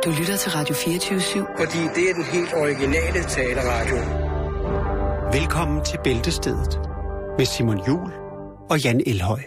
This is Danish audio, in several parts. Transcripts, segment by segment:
Du lytter til Radio 24/7. Fordi det er den helt originale taleradio. Velkommen til Bæltestedet med Simon Juhl og Jan Elhøj.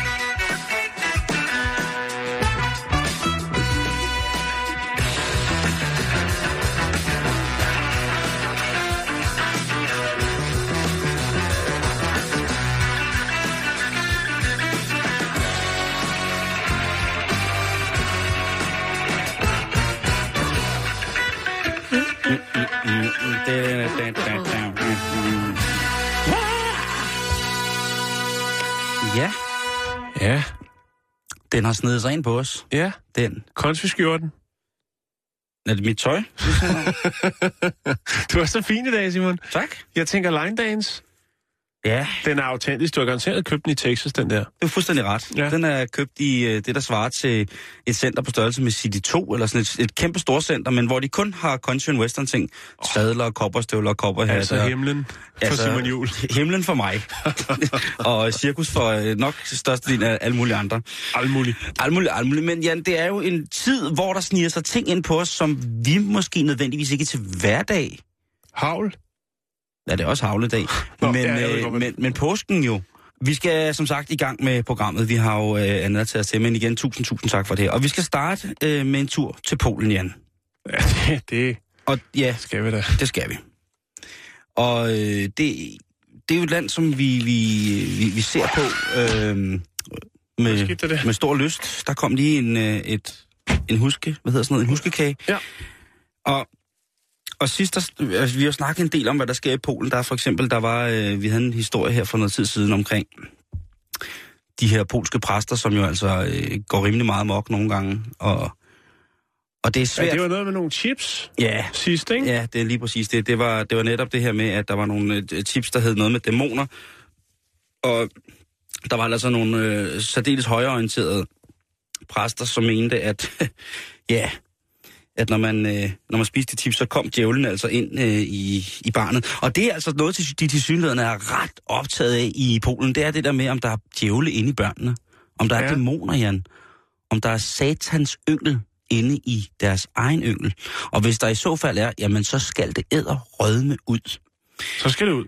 Ja. Ja. Den har snedet sig ind på os. Ja. Den. Country-skjorten. Er det mit tøj? Du er så fin i dag, Simon. Tak. Jeg tænker line dance. Ja. Den er autentisk. Du har garanteret købt den i Texas, den der. Det er fuldstændig ret. Ja. Den er købt i det, der svarer til et center på størrelse med City 2, eller sådan et kæmpe storcenter, men hvor de kun har country and western ting. Sadler, kopperstøvler, kopperhatte. Altså himlen for Simon Juhl. Himlen for mig. Og cirkus for nok størstedelen af alle mulige andre. Alt muligt. Men Jan, det er jo en tid, hvor der sniger sig ting ind på os, som vi måske nødvendigvis ikke til hverdag. Havl? Ja, det er også havledag. Men påsken jo. Vi skal som sagt i gang med programmet. Vi har jo andet til os til, men igen, tusind tak for det. Og vi skal starte med en tur til Polen, Jan. Ja, det skal vi da. Det skal vi. Og det er jo et land, som vi ser på med stor lyst. Der kom lige en huskekage. Ja. Og sidst, vi har snakket en del om, hvad der sker i Polen. Der for eksempel, vi havde en historie her for noget tid siden omkring de her polske præster, som jo altså går rimelig meget amok nogle gange. Og det er svært. Ja, det var noget med nogle chips sidst, ikke? Ja, det er lige præcis det. Det var netop det her med, at der var nogle chips, der hed noget med dæmoner. Og der var altså nogle særdeles højreorienterede præster, som mente, at at når man spiste de chips, så kom djævlen altså ind i barnet. Og det er altså noget, de tilsyneladende er ret optaget af i Polen. Det er det der med, om der er djævle inde i børnene. Om der er dæmoner, Jan. Om der er satans yngel inde i deres egen yngel. Og hvis der i så fald er, jamen så skal det edderrødme ud. Så skal det ud.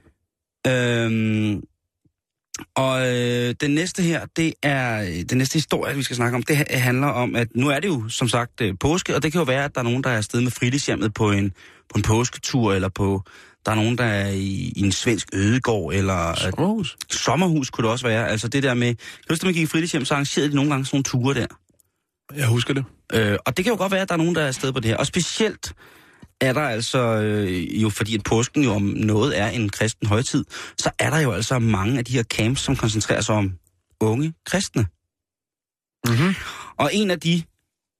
Den næste her, den næste historie, vi skal snakke om, det handler om, at nu er det jo som sagt påske, og det kan jo være, at der er nogen, der er afsted med fritidshjemmet på en påsketur, eller der er nogen, der er i en svensk ødegård, eller sommerhus kunne det også være. Altså det der med, hvis man gik i fritidshjem, så arrangerede de nogle gange sådan nogle ture der. Jeg husker det. Og det kan jo godt være, at der er nogen, der er afsted på det her. Og specielt er der altså, jo fordi at påsken jo om noget er en kristen højtid, så er der jo altså mange af de her camps, som koncentrerer sig om unge kristne. Mm-hmm. Og en af de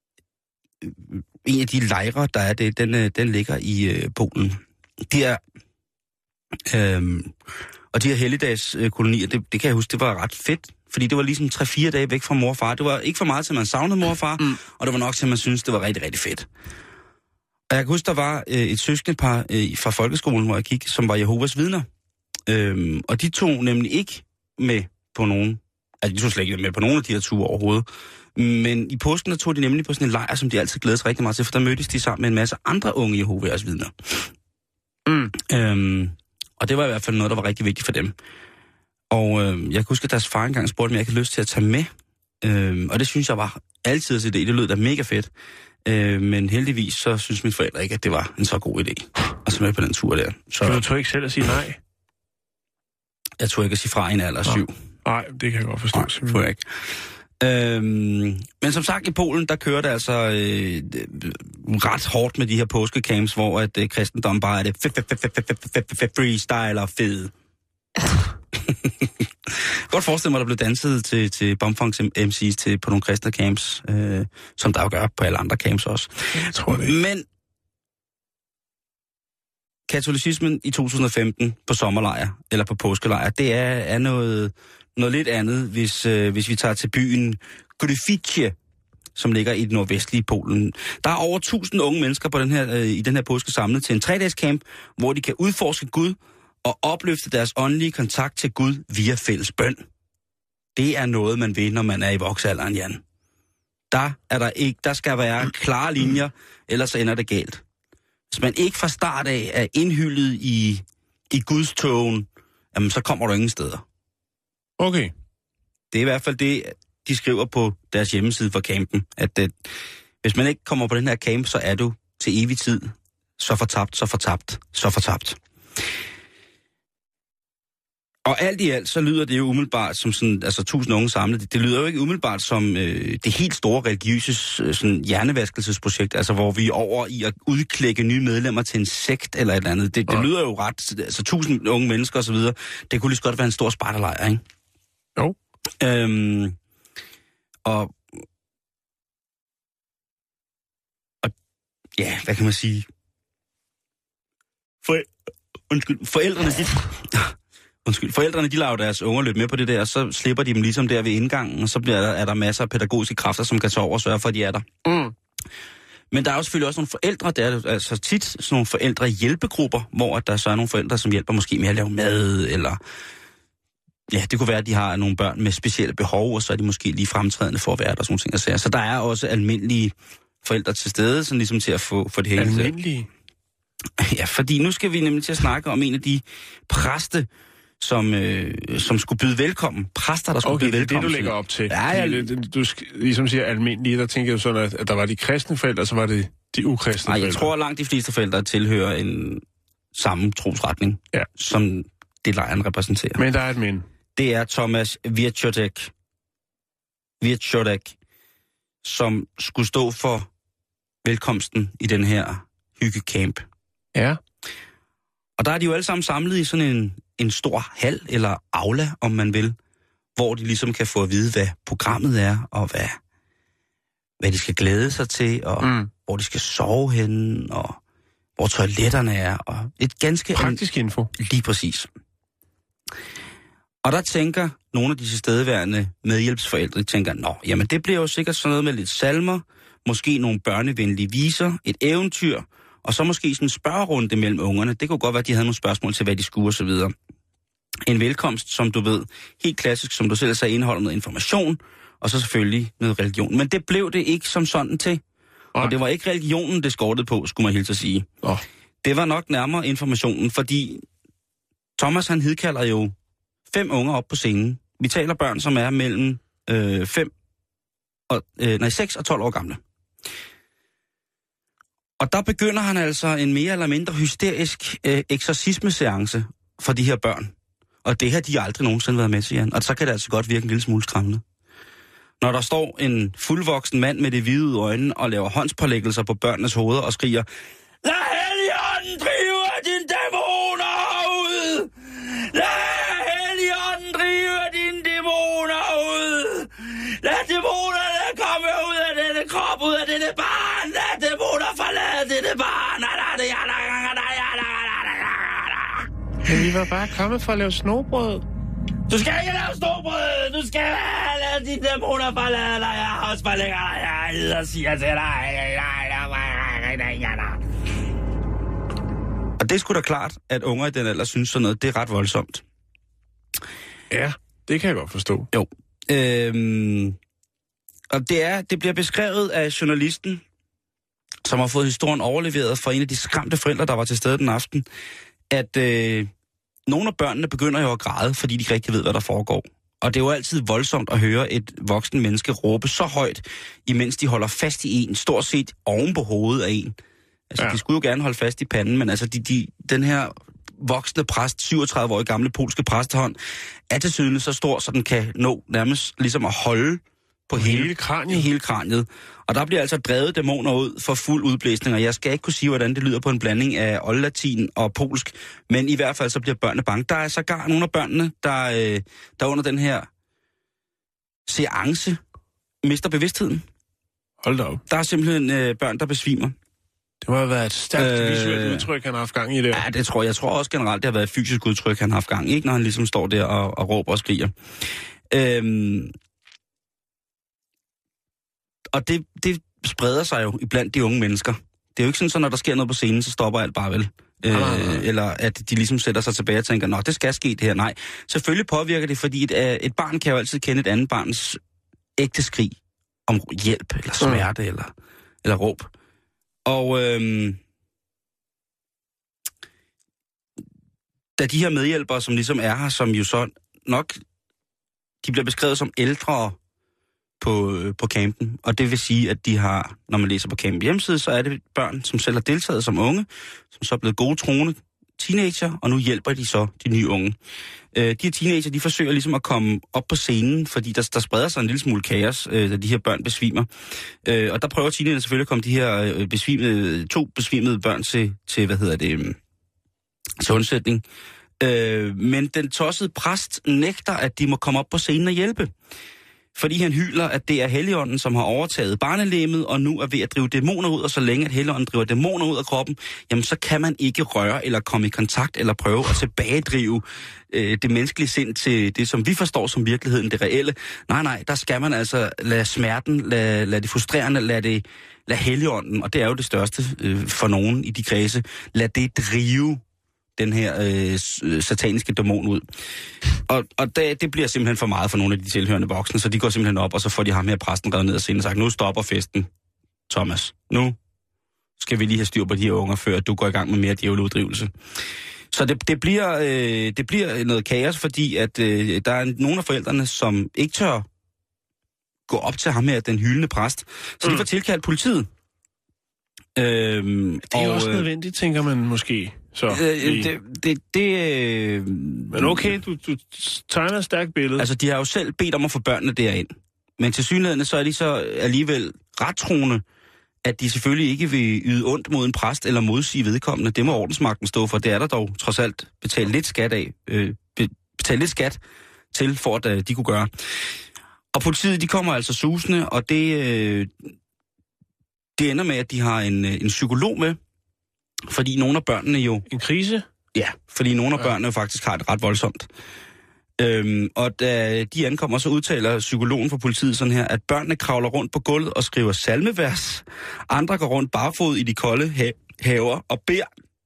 lejre, der er det, den ligger i Polen. De er, og de her helligdagskolonier, det kan jeg huske, det var ret fedt. Fordi det var ligesom 3-4 dage væk fra mor og far. Det var ikke for meget til, man savnede mor og far, og det var nok til, man synes det var rigtig, rigtig fedt. Og jeg kan huske, der var et søskendepar fra folkeskolen, hvor jeg gik, som var Jehovas vidner. Og de tog nemlig ikke med på nogen, altså de tog slet ikke med på nogen af de her ture overhovedet. Men i påsken, der tog de nemlig på sådan en lejr, som de altid glædes rigtig meget til, for der mødtes de sammen med en masse andre unge Jehovas vidner. Og det var i hvert fald noget, der var rigtig vigtigt for dem. Og jeg kan huske, at deres far engang spurgte, om jeg ikke havde lyst til at tage med. Og det synes jeg var altid idé. Det lød da mega fedt. Men heldigvis, så synes mine forældre ikke, at det var en så god idé at tage med på den tur der. Så du tog ikke selv at sige nej? Jeg tog ikke at sige fra i en alder 7. Nej, det kan jeg godt forstå. Nej, det tror jeg ikke. Men som sagt, i Polen, der kører det altså ret hårdt med de her påskecamps, hvor at kristendom bare er det freestyle og fed. Godt forestille mig, at der blev danset til Bumfunks MC's på nogle kristne camps, som der jo gør på alle andre camps også. Jeg tror det. Men katolicismen i 2015 på sommerlejr, eller på påskelejr, det er noget lidt andet, hvis vi tager til byen Gryfice, som ligger i det nordvestlige Polen. Der er over 1000 unge mennesker i den her påske samlet til en 3-dages camp, hvor de kan udforske Gud og opløfte deres åndelige kontakt til Gud via fælles bøn. Det er noget, man vil, når man er i voksalderen, Jan. der skal være klare linjer, ellers ender det galt. Hvis man ikke fra start af er indhyllet i Guds togen, jamen så kommer du ingen steder. Okay. Det er i hvert fald det, de skriver på deres hjemmeside for campen, at hvis man ikke kommer på den her camp, så er du til evig tid så fortabt. Og alt i alt, så lyder det jo umiddelbart som sådan, altså 1000 unge samlet. Det lyder jo ikke umiddelbart som det helt store religiøse sådan hjernevaskelsesprojekt, altså hvor vi er over i at udklække nye medlemmer til en sekt eller et eller andet. Det lyder jo ret, altså 1000 unge mennesker og så videre. Det kunne lige så godt være en stor spejderlejr, ikke? Jo. Og ja, hvad kan man sige? Forældrene, de lader deres unger løbe med på det der, og så slipper de dem ligesom der ved indgangen, og så er der masser af pædagogiske kræfter, som kan tage over og sørge for, at de er der. Mm. Men der er jo selvfølgelig også nogle forældre, der er altså tit sådan nogle forældrehjælpegrupper, hvor der så er nogle forældre, som hjælper måske med at lave mad, eller ja, det kunne være, at de har nogle børn med specielle behov, og så er de måske lige fremtrædende for at være der, sådan nogle ting. Så der er også almindelige forældre til stede, sådan ligesom til at få det hele. Almindelige? Ja, fordi nu skal vi nemlig til at snakke om en af de præste, som skulle byde velkommen. Præster, der skulle byde velkommen. Det du lægger op til. Ja. Du ligesom siger almindelige, der tænker jeg sådan, at der var de kristne forældre, så var det de ukristne forældre. Nej, jeg tror, at langt de fleste forældre tilhører en samme trosretning, ja, som det lejren repræsenterer. Men der er et men. Det er Thomas Wieczorek, som skulle stå for velkomsten i den her hyggecamp. Ja. Og der er de jo alle sammen samlet i sådan en stor hal, eller aula, om man vil, hvor de ligesom kan få at vide, hvad programmet er, og hvad de skal glæde sig til, og hvor de skal sove henne, og hvor toiletterne er, og et ganske... Praktisk info. Lige præcis. Og der tænker nogle af de tilstedeværende medhjælpsforældre, jamen det bliver jo sikkert sådan noget med lidt salmer, måske nogle børnevenlige viser, et eventyr, og så måske sådan en spørgerunde mellem ungerne. Det kunne godt være, at de havde nogle spørgsmål til, hvad de skulle og så videre. En velkomst, som du ved, helt klassisk, som du selv sagde, indeholder noget information, og så selvfølgelig noget religion. Men det blev det ikke som sådan til. Og det var ikke religionen, det skortede på, skulle man helt at sige. Det var nok nærmere informationen, fordi Thomas, han hidkalder jo 5 unger op på scenen. Vi taler børn, som er mellem 6 og 12 år gamle. Og der begynder han altså en mere eller mindre hysterisk eksorcismeseance for de her børn. Og det har de aldrig nogensinde været med til, Jan. Og så kan det altså godt virke en lille smule skræmmende. Når der står en fuldvoksen mand med det hvide øjne og laver håndspålæggelser på børnenes hoveder og skriger, lad Helligånden drive dine dæmoner ud! Lad Helligånden drive dine dæmoner ud! Lad dæmonerne komme ud af denne krop, ud af denne barn! Lad dæmoner forlade denne barn! Men vi var bare kommet for at lave snobrød. Du skal ikke lave snobrød! Du skal lade de dæmoner forlade dig! Jeg også forlægger dig! Jeg siger til dig! Og det er sgu da klart, at unger i den alder synes sådan noget, det er ret voldsomt. Ja, det kan jeg godt forstå. Jo. Og det bliver beskrevet af journalisten, som har fået historien overleveret fra en af de skræmte forældre, der var til stede den aften, at nogle af børnene begynder jo at græde, fordi de ikke rigtig ved, hvad der foregår. Og det er jo altid voldsomt at høre et voksen menneske råbe så højt, imens de holder fast i en, stort set oven på hovedet af en. Altså, de skulle jo gerne holde fast i panden, men altså, den her voksne præst, 37-årige gamle polske præstehånd, er til syden så stor, så den kan nå nærmest ligesom at holde på hele kraniet. Og der bliver altså drevet dæmoner ud for fuld udblæsning, og jeg skal ikke kunne sige, hvordan det lyder på en blanding af oldlatin og polsk, men i hvert fald så bliver børnene bange. Der er sågar nogle af børnene, der under den her seance mister bevidstheden. Hold da op. Der er simpelthen børn, der besvimer. Det må have været et stærkt visuelt udtryk, han har haft gang i det. Ja, det tror jeg. Jeg tror også generelt, det har været et fysisk udtryk, han har haft gang i, ikke? Når han ligesom står der og råber og skriger. Og det spreder sig jo iblandt de unge mennesker. Det er jo ikke sådan, så når der sker noget på scenen, så stopper alt bare vel. Eller at de ligesom sætter sig tilbage og tænker, nå, det skal ske det her. Nej, selvfølgelig påvirker det, fordi et barn kan jo altid kende et andet barns ægte skrig. om hjælp, eller smerte, eller råb. Og da de her medhjælpere, som ligesom er her, som jo så nok, de bliver beskrevet som ældre på campen, og det vil sige, at de har, når man læser på campen hjemmeside, så er det børn, som selv har deltaget som unge, som så er blevet gode troende teenager, og nu hjælper de så de nye unge. De her teenager, de forsøger ligesom at komme op på scenen, fordi der spreder sig en lille smule kaos, da de her børn besvimer. Og der prøver teenagerne selvfølgelig at komme de her to besvimede børn til til undsætning. Men den tossede præst nægter, at de må komme op på scenen og hjælpe. Fordi han hyler, at det er Helligånden, som har overtaget barnelemmet, og nu er ved at drive dæmoner ud, og så længe at Helligånden driver dæmoner ud af kroppen, jamen så kan man ikke røre eller komme i kontakt eller prøve at tilbagedrive det menneskelige sind til det, som vi forstår som virkeligheden, det reelle. Nej, der skal man altså lade smerten, lade det frustrerende, lade Helligånden, og det er jo det største for nogen i de kredse, lad det drive den her sataniske dæmon ud. Og det bliver simpelthen for meget for nogle af de tilhørende voksne, så de går simpelthen op, og så får de ham her præsten reddet ned og scenen og sagt, nu stopper festen, Thomas. Nu skal vi lige have styr på de her unger, før du går i gang med mere djæveleuddrivelse. Så det bliver noget kaos, fordi at der er nogle af forældrene, som ikke tør gå op til ham her, den hyldende præst, så de får tilkaldt politiet. Det er også nødvendigt, tænker man måske. Så, men okay, du tegner et stærkt billede. Altså, de har jo selv bedt om at få børnene derind. Men til synligheden, så er de så alligevel ret troende, at de selvfølgelig ikke vil yde ondt mod en præst eller modsige vedkommende. Det må ordensmagten stå for. Det er der dog trods alt betalt lidt skat af. Betalt lidt skat til, for at de kunne gøre. Og politiet, de kommer altså susende, og det ender med, at de har en psykolog med. Fordi nogle af børnene jo... En krise? Ja, fordi nogle af børnene jo faktisk har det ret voldsomt. Og da de ankommer, så udtaler psykologen for politiet sådan her, at børnene kravler rundt på gulvet og skriver salmevers. Andre går rundt barefod i de kolde haver og beder.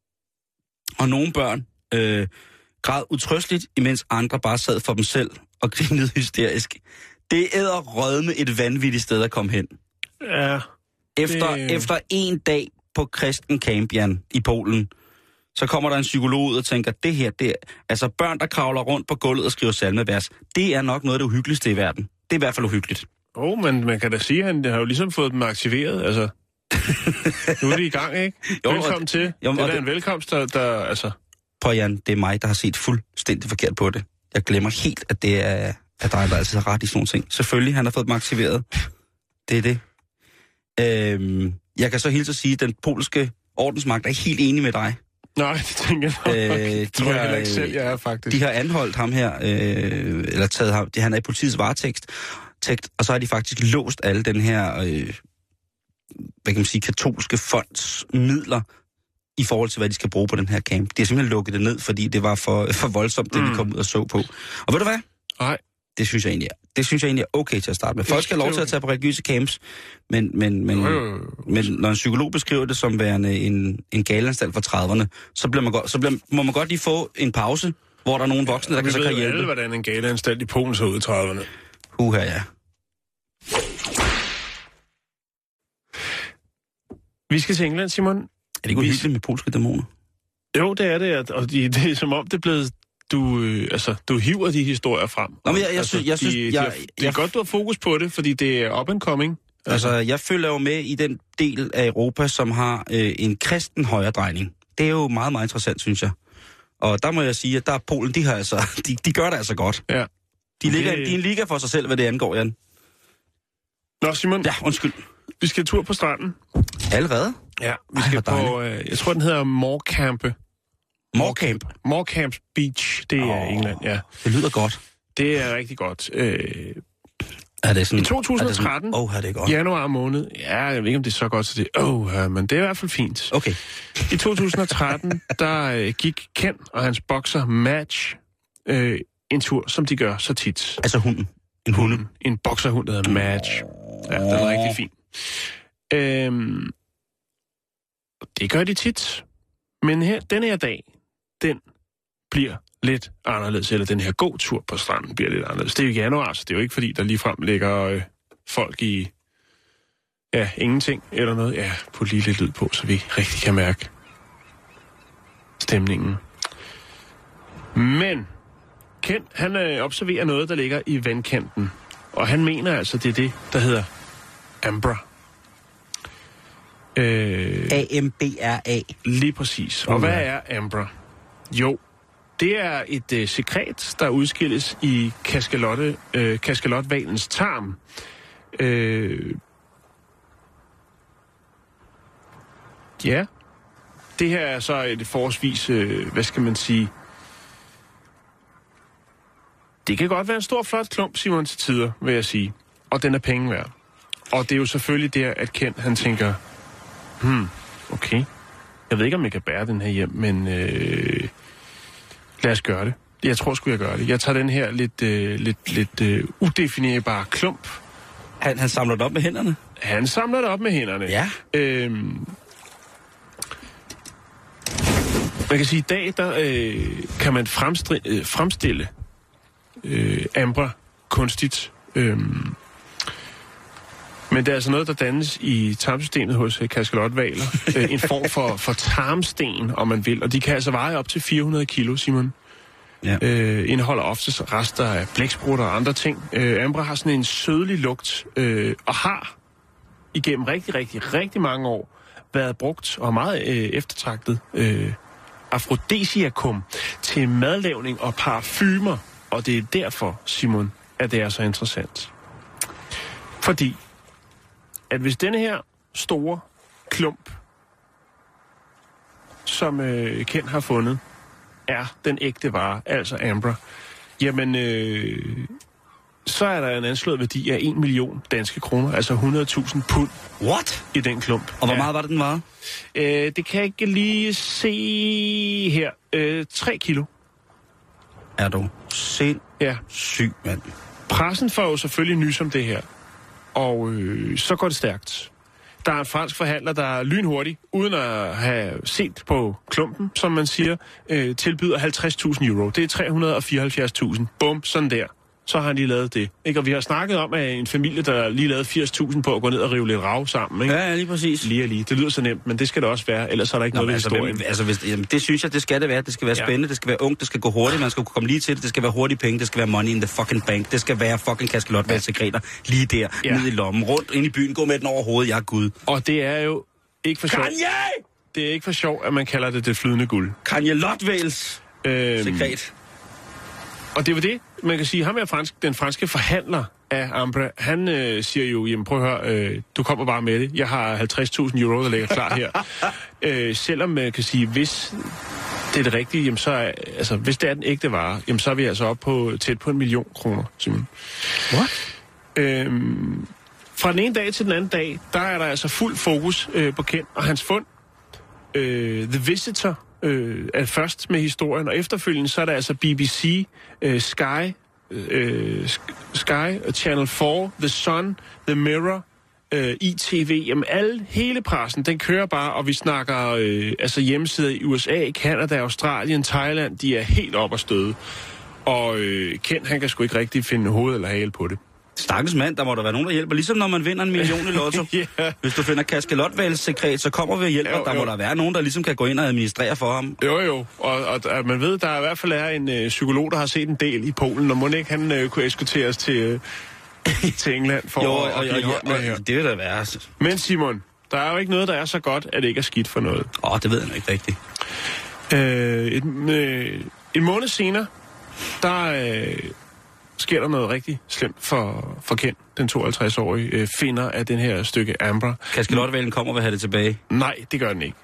Og nogle børn græd utrøsteligt, imens andre bare sad for dem selv og grinede hysterisk. Det æder rødme et vanvittigt sted at komme hen. Ja. Efter en dag på kristen camp, Jan, i Polen, så kommer der en psykolog ud og tænker, det her, altså børn, der kravler rundt på gulvet og skriver salmevers, det er nok noget af det uhyggeligste i verden. Det er i hvert fald uhyggeligt. Men man kan da sige, at han har jo ligesom fået dem aktiveret, altså. Nu er de i gang, ikke? Velkommen til. Det er da en velkomst, der altså... Prøv, Jan, det er mig, der har set fuldstændig forkert på det. Jeg glemmer helt, at det er dig, der altid har ret i sådan nogle ting. Selvfølgelig, han har fået dem aktiveret. Det er det. Jeg kan så hilse at sige, at den polske ordensmagt er ikke helt enig med dig. Nej, det tænker jeg nok. Tror jeg heller ikke selv, jeg er faktisk. De har anholdt ham her, eller taget ham, han er i politiets varetægt, og så har de faktisk låst alle den her, hvad kan man sige, katolske fonds midler i forhold til, hvad de skal bruge på den her camp. De har simpelthen lukket det ned, fordi det var for voldsomt, det vi kom ud og så på. Og ved du hvad? Nej. Det synes jeg egentlig er okay til at starte med. Folk skal have lov til at tage på religiøse camps, men når en psykolog beskriver det som værende en galanstalt fra 30'erne, så må man godt lige få en pause, hvor der er nogle voksne, der kan hjælpe. Vi ved alle, hvordan en galanstalt i Polen så ud i 30'erne. Ja. Vi skal til England, Simon. Er det ikke uhyggeligt med polske dæmoner? Jo, det er det, og det er som om det er blevet... Du hiver de historier frem. Nå, men jeg synes, det er godt, du har fokus på det, fordi det er up and coming. Altså, jeg følger jo med i den del af Europa, som har en kristen højredrejning. Det er jo meget, meget interessant, synes jeg. Og der må jeg sige, at der er Polen, de gør det altså godt. Ja. De er en liga for sig selv, hvad det angår, Jan. Nå, Simon. Ja, undskyld. Vi skal tur på stranden. Allerede? Ja, vi skal på, jeg tror, den hedder Morecambe Beach, det er England, ja. Det lyder godt. Det er rigtig godt. Er det sådan, i 2013, er det godt. Januar måned, ja, jeg ved ikke, om det er så godt, så det men det er i hvert fald fint. Okay. I 2013, der gik Ken og hans bokser Match en tur, som de gør så tit. Altså hunden? En bokserhund, der hedder Match. Ja, den er rigtig fin. Det gør de tit. Men den her dag, den bliver lidt anderledes, eller den her gåtur på stranden bliver lidt anderledes. Det er jo januar, så det er jo ikke fordi, der ligefrem ligger folk i Ja, ingenting eller noget. Ja, på lige lidt lyd på, så vi rigtig kan mærke stemningen. Men Ken, han observerer noget, der ligger i vandkanten. Og han mener altså, det er det, der hedder Ambra. A-M-B-R-A. Lige præcis. Og hvad er Ambra? Jo, det er et sekret, der udskilles i kaskelotvalens tarm. Ja, det her er så et forholdsvis, hvad skal man sige... Det kan godt være en stor, flot klump, Simon, til tider, vil jeg sige. Og den er penge værd. Og det er jo selvfølgelig der, at Ken, han tænker, okay, jeg ved ikke, om jeg kan bære den her hjem, men lad os gøre det. Jeg tror sgu, jeg gør det. Jeg tager den her lidt udefinerbare klump. Han samler det op med hænderne? Han samler det op med hænderne. Ja. Man kan sige, i dag, der kan man fremstille Ambra kunstigt. Men det er altså noget, der dannes i tarmsystemet hos kaskelotvaler. En form for tarmsten, om man vil. Og de kan altså veje op til 400 kilo, Simon. Ja. Indeholder oftest rester af blæksprutter og andre ting. Ambra har sådan en sødlig lugt, og har igennem rigtig mange år været brugt og meget eftertragtet afrodisiakum til madlavning og parfumer. Og det er derfor, Simon, at det er så interessant. Fordi, at hvis denne her store klump, som Ken har fundet, er den ægte vare, altså Ambra, jamen, så er der en anslået værdi af 1 million danske kroner, altså 100.000 pund. What? I den klump. Og hvor meget var det, den var? Det kan jeg ikke lige se her. 3 kilo. Er du sindssyg, mand? Pressen får jo selvfølgelig nys om det her. Og så går det stærkt. Der er en fransk forhandler, der er lynhurtig, uden at have set på klumpen, som man siger, tilbyder 50.000 euro. Det er 374.000. Bum, sådan der. Så har han lige lavet det. Ikke? Og vi har snakket om, at en familie, der lige lavede 80.000 på at gå ned og rive lidt rav sammen. Ikke? Ja, lige præcis. Lige. Det lyder så nemt, men det skal det også være, ellers er der ikke noget ved historien. Jamen, det synes jeg, det skal det være. Det skal være spændende, det skal være ungt, det skal gå hurtigt, man skal kunne komme lige til det, det skal være hurtige penge, det skal være money in the fucking bank, det skal være fucking kaskelotvalgsekreter lige der, ned i lommen, rundt ind i byen, gå med den over hovedet, jeg er Gud. Og det er jo ikke for sjov. Det er ikke for sjov, at man kalder det flydende guld. Kaskelotvalgs sekret. Og det var det, man kan sige, ham er den franske forhandler af Ambra, han siger jo, jamen prøv at høre, du kommer bare med det. Jeg har 50.000 euro, der ligger klar her. Selvom man kan sige, hvis det er det rigtige, jamen så er, altså hvis det er den ægte vare, jamen så er vi altså op på tæt på 1 million kroner, simpelthen. What? Fra den ene dag til den anden dag, der er der altså fuld fokus på Ken og hans fund. The Visitor er først med historien, og efterfølgende så er der altså BBC, Sky, Channel 4, The Sun, The Mirror, ITV, jamen hele pressen, den kører bare, og vi snakker altså hjemmesider i USA, Canada, Australien, Thailand, de er helt op at støde. Og Ken, han kan sgu ikke rigtig finde hoved eller hale på det. Stakkels mand, der må der være nogen, der hjælper. Ligesom når man vinder 1 million i lotto. Yeah. Hvis du finder kaskelotvalgsekret, så kommer vi og hjælper. Der må der være nogen, der ligesom kan gå ind og administrere for ham. Jo. Og man ved, der i hvert fald er en psykolog, der har set en del i Polen, og må ikke han kunne eskorteres til England for at give hånd med her. Det vil da være. Men Simon, der er jo ikke noget, der er så godt, at det ikke er skidt for noget. Det ved jeg ikke rigtigt. En måned senere, der sker der noget rigtig slemt for Ken, den 52-årige, finder af den her stykke Ambra. Kaskelotvalen kommer og vil have det tilbage? Nej, det gør den ikke.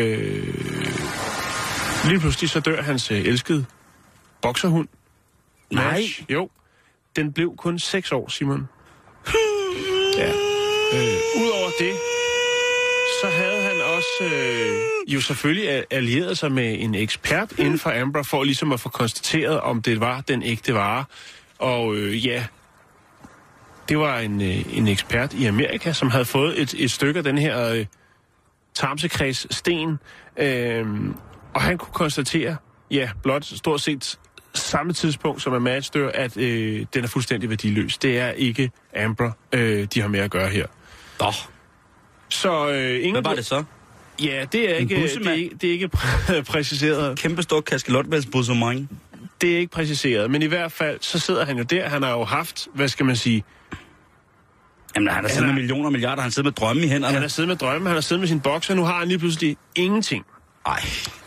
Lige pludselig så dør hans elskede bokserhund. Nej. Jo, den blev kun 6 år, Simon. Ja. Udover det, så havde han også jo selvfølgelig allieret sig med en ekspert inden for Ambra, for ligesom at få konstateret, om det var den ægte vare. Og det var en ekspert i Amerika, som havde fået et stykke af den her tarmsekreds-sten, og han kunne konstatere, blot stort set samme tidspunkt som Mads dør, at den er fuldstændig værdiløs. Det er ikke Ambra, de har med at gøre her. Så ingen... Hvad var det så? Ja, det er ikke præciseret. Kæmpe stor kaskelotvælsbussemand. Det er ikke præciseret, men i hvert fald, så sidder han jo der. Han har jo haft, hvad skal man sige... Jamen, han har siddet med millioner og milliarder. Han sidder med drømme i hænderne. Han har siddet med drømme, han har siddet med sin bokser. Nu har han lige pludselig ingenting. Ej.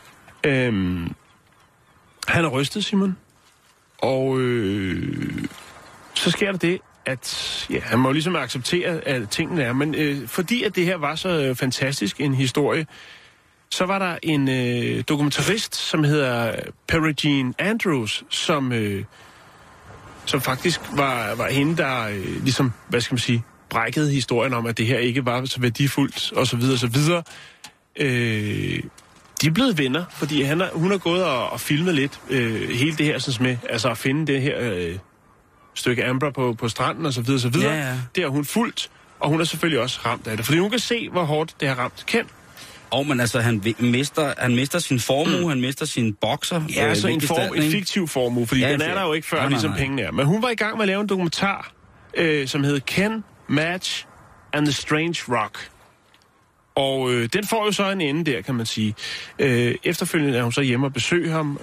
Han er rystet, Simon. Og så sker der det, at han må ligesom acceptere, at tingene er. Men fordi at det her var så fantastisk en historie, så var der en dokumentarist, som hedder Peregrine Andrews, som faktisk var hende, der ligesom, hvad skal man sige, brækkede historien om, at det her ikke var så værdifuldt, og så videre, og så videre. De er blevet venner, fordi hun har gået og filmet lidt hele det her, sådan med, altså at finde det her stykke amber på stranden, og så videre, og så videre. Ja. Det har hun fulgt, og hun er selvfølgelig også ramt af det, fordi hun kan se, hvor hårdt det har ramt Ken. Men altså, han mister sin formue, han mister sin bokser. Ja, altså en fiktiv formue, fordi den er der jo ikke før, ligesom pengene er. Men hun var i gang med at lave en dokumentar, som hed Ken, Madge and the Strange Rock. Og den får jo så en ende der, kan man sige. Efterfølgende er hun så hjemme og besøger ham.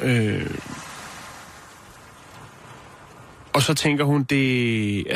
Og så tænker hun, det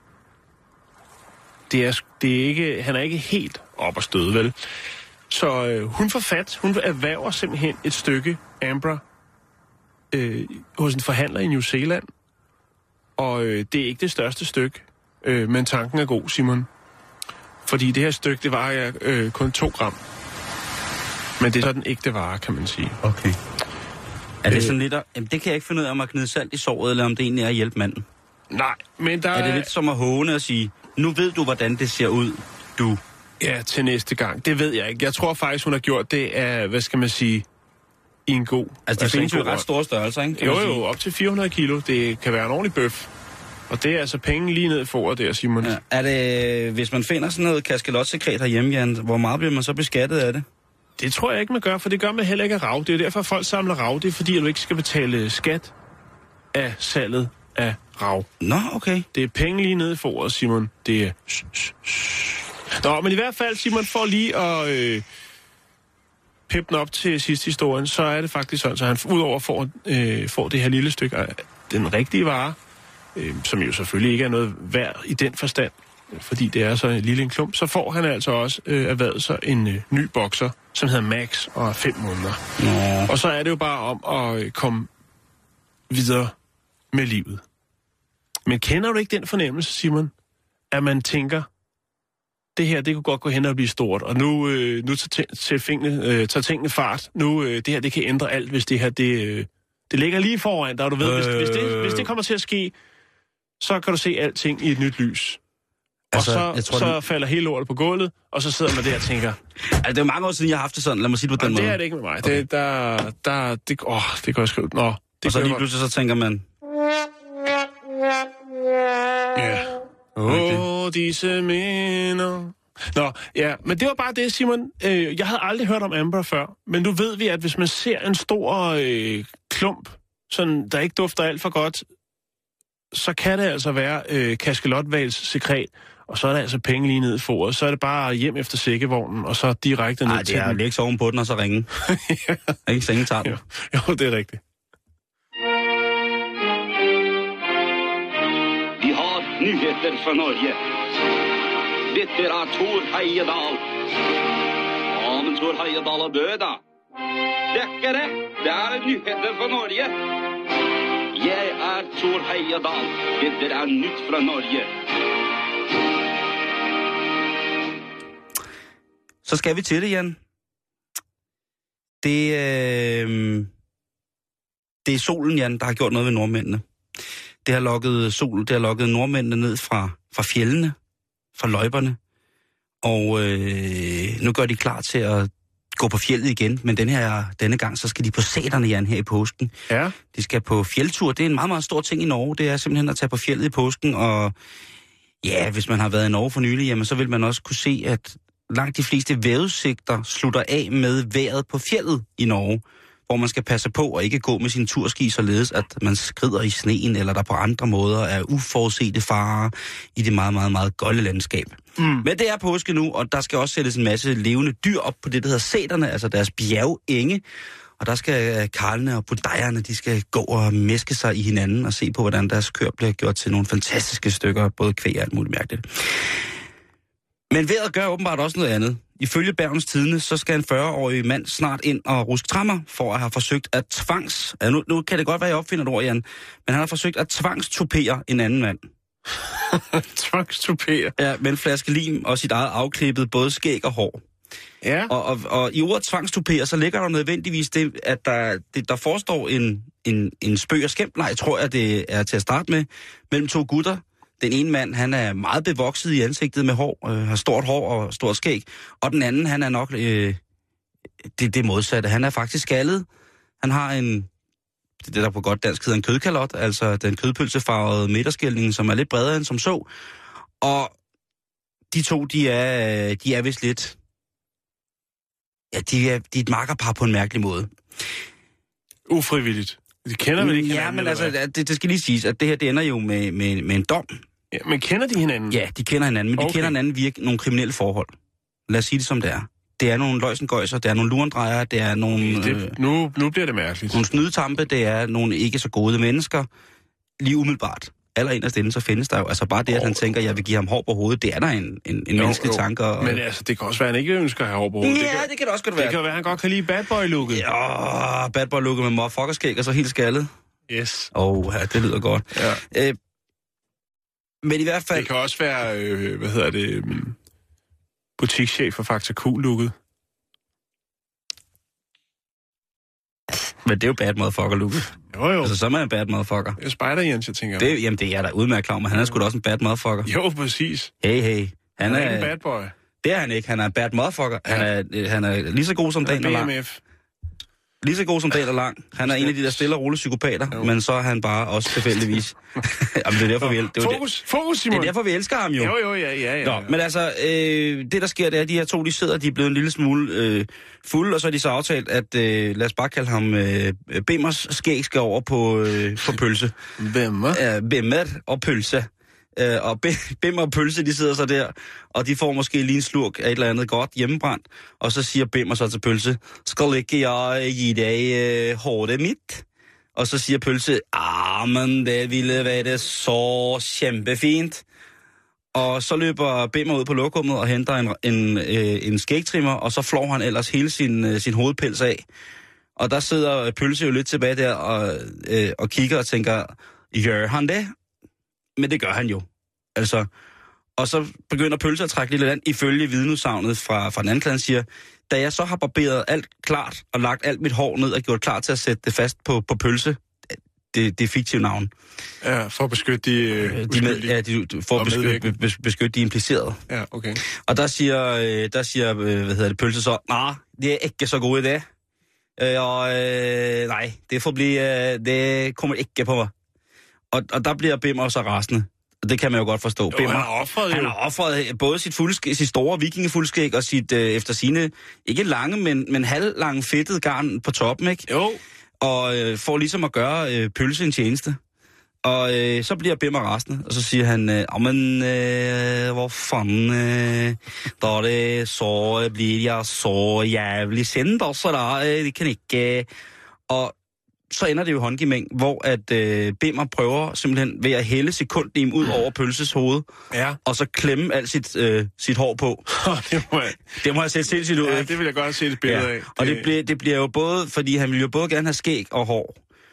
er ikke, han er ikke helt op at støde, vel? Så hun får fat, hun erhverver simpelthen et stykke amber hos en forhandler i New Zealand. Og det er ikke det største stykke, men tanken er god, Simon. Fordi det her stykke, det vejer kun 2 gram. Men det er så den ægte vare, kan man sige. Okay. Er det sådan lidt... det kan jeg ikke finde ud af, om at knide salt i såret, eller om det egentlig er at hjælpe manden. Nej, men der er det lidt som at håne og sige, nu ved du, hvordan det ser ud, du... Ja, til næste gang. Det ved jeg ikke. Jeg tror faktisk, hun har gjort det af, hvad skal man sige, i en god... Altså, det findes jo ret store størrelser, ikke? Jo, op til 400 kilo. Det kan være en ordentlig bøf. Og det er altså penge lige ned i foret der, Simon. Ja. Er det, hvis man finder sådan noget kaskelotsekret herhjemme, Jan, hvor meget bliver man så beskattet af det? Det tror jeg ikke, man gør, for det gør man heller ikke af rav. Det er derfor, folk samler rav. Det er fordi, du ikke skal betale skat af salget af rav. Nå, okay. Det er penge lige ned i foret, Simon. Det er... Nå, men i hvert fald, Simon, for lige at peppe den op til sidste historien, så er det faktisk sådan, så han udover får det her lille stykke af den rigtige vare, som jo selvfølgelig ikke er noget værd i den forstand, fordi det er så en lille klump, så får han altså også erhvervet sig en ny bokser, som hedder Max, og er 5 måneder. Nå. Og så er det jo bare om at komme videre med livet. Men kender du ikke den fornemmelse, Simon, at man tænker, det her, det kunne godt gå hen og blive stort, og nu tager tingene fart. Nu, det her, det kan ændre alt, hvis det her, det ligger lige foran dig, og du ved, hvis det kommer til at ske, så kan du se alting i et nyt lys. Altså, og så falder hele lortet på gulvet, og så sidder man der og tænker... Altså, det er mange år siden, jeg har haft det sådan. Lad mig sige det på den måde. Det er det ikke med mig. Okay. Det kan jeg skrive. Nå, og så lige pludselig, så tænker man... Ja. Disse minder... Nå, ja, men det var bare det, Simon. Jeg havde aldrig hørt om amber før, men nu ved vi, at hvis man ser en stor klump, sådan, der ikke dufter alt for godt, så kan det altså være kaskelothvalssekret, og så er der altså penge lige ned i foret. Så er det bare hjem efter sækkevognen, og så direkte ned til den. Nej, det er lægge oven på den, og så ringe. Ja. Ikke så ingen tager den. Jo, det er rigtigt. Vi har nyheter fra Norge. Dette er Thor Heyerdahl. Ja, men Thor Heyerdahl er død, da. Det er ikke det. Det er nyheter fra Norge. Jeg er Thor Heyerdahl. Dette er nyt fra Norge. Så skal vi til det, Jan. Det er solen, Jan, der har gjort noget ved nordmændene. Det har lokket nordmændene ned fra fjellene, fra løjperne, og nu gør de klar til at gå på fjeldet igen, men denne gang, så skal de på sæterne, Jan, her i påsken. Ja. De skal på fjeldtur. Det er en meget, meget stor ting i Norge. Det er simpelthen at tage på fjeldet i påsken, og ja, hvis man har været i Norge for nylig, jamen, så vil man også kunne se, at langt de fleste vejrudsigter slutter af med vejret på fjeldet i Norge. hvor man skal passe på at ikke gå med sin turski, således at man skrider i sneen, eller der på andre måder er uforudsete farer i det meget, meget, meget golde landskab. Men det er påske nu, og der skal også sættes en masse levende dyr op på det, der hedder sæterne, altså deres bjergenge. Og der skal karlene og budejerne, de skal gå og mæske sig i hinanden og se på, hvordan deres køer bliver gjort til nogle fantastiske stykker, både kvæg og alt muligt mærkeligt. Men vejret gør åbenbart også noget andet. Ifølge Bergens Tidende, så skal en 40-årig mand snart ind og ruske trammer for at have forsøgt at nu kan det godt være, jeg opfinder et ord, Jan, men han har forsøgt at tvangstupere en anden mand. Tvangstupere? Ja, med en flaske lim og sit eget afklippet både skæg og hår. Ja. Og i ordet tvangstupere, så ligger der nødvendigvis det, at der forestår en spøg og skæmtleg, tror jeg, det er til at starte med, mellem to gutter. Den ene mand, han er meget bevokset i ansigtet med hår, har stort hår og stort skæg. Og den anden, han er nok det modsatte. Han er faktisk skaldet. Han har det der på godt dansk hedder en kødkalot, altså den kødpølsefarvede midterskilning, som er lidt bredere end som så. Og de to, de er vist lidt... Ja, de er et makkerpar på en mærkelig måde. Ufrivilligt. De kender vel ikke hinanden? Ja, men altså, det skal lige siges, at det her, det ender jo med en dom. Ja, men kender de hinanden? Ja, de kender hinanden, men de kender hinanden via nogle kriminelle forhold. Lad os sige det, som det er. Det er nogle løjsengøjser, det er nogle lurendrejere, det er nogle... Nu bliver det mærkeligt. Nogle snydetampe, det er nogle ikke så gode mennesker. Lige umiddelbart. Allerinderst inden, så findes der jo... Altså bare det, at han tænker, at jeg vil give ham hår på hovedet, det er der en menneskelig tanke. Og... Men altså, det kan også være, at han ikke ønsker at have hår på hovedet. Ja, det kan det også godt være. Det kan være, at han godt kan lide bad boy-looket. Ja, bad boy-looket med motherfuckerskæg og så helt skaldet. Yes. Ja, det lyder godt. Ja. Men i hvert fald... Det kan også være, butikschef for Fakta Q-looket. Men det er jo bad motherfucker-looket. Jo. Altså, så er man en bad motherfucker. Det er Spider Jens, jeg tænker. Jamen, det er da udmærket klar, men han er sgu da også en bad motherfucker. Jo, præcis. Hey. Han er ikke en bad boy. Det er han ikke. Han er en bad motherfucker. Ja. Han er lige så god som dagen er lang. BMF. Lige så god som dagen er lang. Han er en af de der stille og rolige psykopater, men så er han bare også tilfældigvis. Jamen, det er derfor, Fokus, Simon. Det er derfor, vi elsker ham jo. Jo, ja. Nå, men altså, det der sker, det er, at de her to, de er blevet en lille smule fulde, og så har de så aftalt, at lad os bare kalde ham Bimmers skæg skal over på pølse. Bimmer og pølse. Og Bimmer og pølse, de sidder så der, og de får måske lige en slurk af et eller andet godt hjemmebrændt, og så siger Bimmer så til pølse, skal ikke jeg give dig håret mit? Og så siger pølse, men det ville være så kæmpefint. Og så løber Bimmer ud på lokummet og henter en skægtrimmer, og så flår han ellers hele sin hovedpels af. Og der sidder pølse jo lidt tilbage der og kigger og tænker, gør han det? Men det gør han jo. Altså, og så begynder pølse at trække lidt land, ifølge vidneudsagnet fra den anden klan, siger, da jeg så har barberet alt klart og lagt alt mit hår ned og gjort klar til at sætte det fast på pølse, det er fiktivt navn. Ja, for at beskytte beskytte de implicerede. Ja, okay. Og der siger pølse så, det er ikke så god idé. Nej, det kommer ikke på mig. Og der bliver Bimmer så rasende. Og det kan man jo godt forstå. Jo, han har offret både sit store vikingefuldskæg og sit efter sine ikke lange, men halvlange fedtede garn på toppen, ikke? Jo. Og får ligesom at gøre pølse en tjeneste. Og så bliver Bimmer rasende, og så siger han, hvor fanden, der er det, så bliver jeg så jævlig sendt også, det kan ikke... Og så ender det jo håndgemæng, hvor at Bimmer prøver simpelthen ved at hælde sekundlim ud over pølses hoved, og så klemme alt sit hår på. Det må jeg sætte sindssygt ud. Ja, det vil jeg godt se et billede af. Og det bliver jo både, fordi han vil jo både gerne have skæg og hår.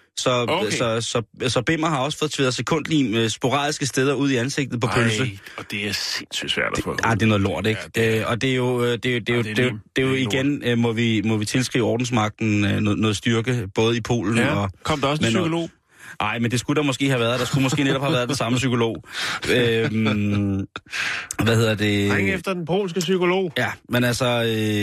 Så Bimmer har også fået tværret sekundlim sporadiske steder ud i ansigtet på pølse. Og det er sindssygt svært at få. Det er noget lort, ikke? Ja, og det er jo igen, må vi tilskrive ordensmagten noget styrke, både i Polen og... Kom der også en psykolog? Nej, men det skulle der måske have været. Der skulle måske netop have været den samme psykolog. Hvad hedder det? Ring efter den polske psykolog. Ja, men altså...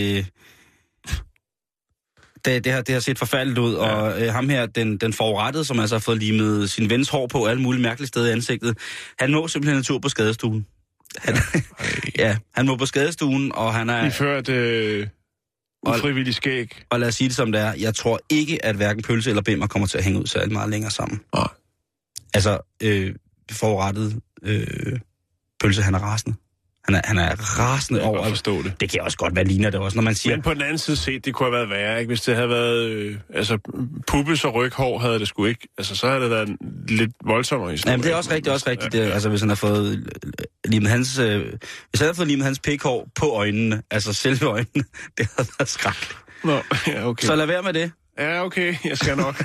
Det har set forfærdeligt ud, og ham her, den forurettede, som altså har fået limet sin vens hår på alle mulige mærkelige steder i ansigtet, han må simpelthen en tur på skadestuen. Han må på skadestuen, og han er... Iført ufrivillig skæg. Og lad os sige det som det er. Jeg tror ikke, at hverken pølse eller bimmer kommer til at hænge ud særlig meget længere sammen. Nej. Altså, forrettet pølse, han er rasende. Han er rasende over... Jeg kan forstå det. Det kan også godt være ligner det også, når man siger... Men på den anden side set, det kunne have været værre, ikke? Hvis det havde været... pubis og ryghår havde det sgu ikke. Altså, så havde det været en lidt voldsommere historie. Jamen, det er også rigtigt. Ja. Altså, hvis han har fået limet hans pikhår på øjnene, altså selve øjnene, det havde været skrækkeligt. Nå, ja, okay. Så lad være med det. Ja, okay. Jeg skal nok.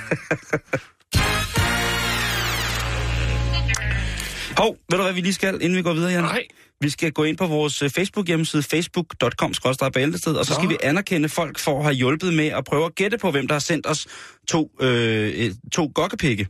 Hov, ved du hvad vi lige skal, inden vi går videre, Jan? Nej. Vi skal gå ind på vores Facebook-hjemmeside, facebook.com/bæltested, og så skal vi anerkende folk for at have hjulpet med at prøve at gætte på, hvem der har sendt os to gokkepikke.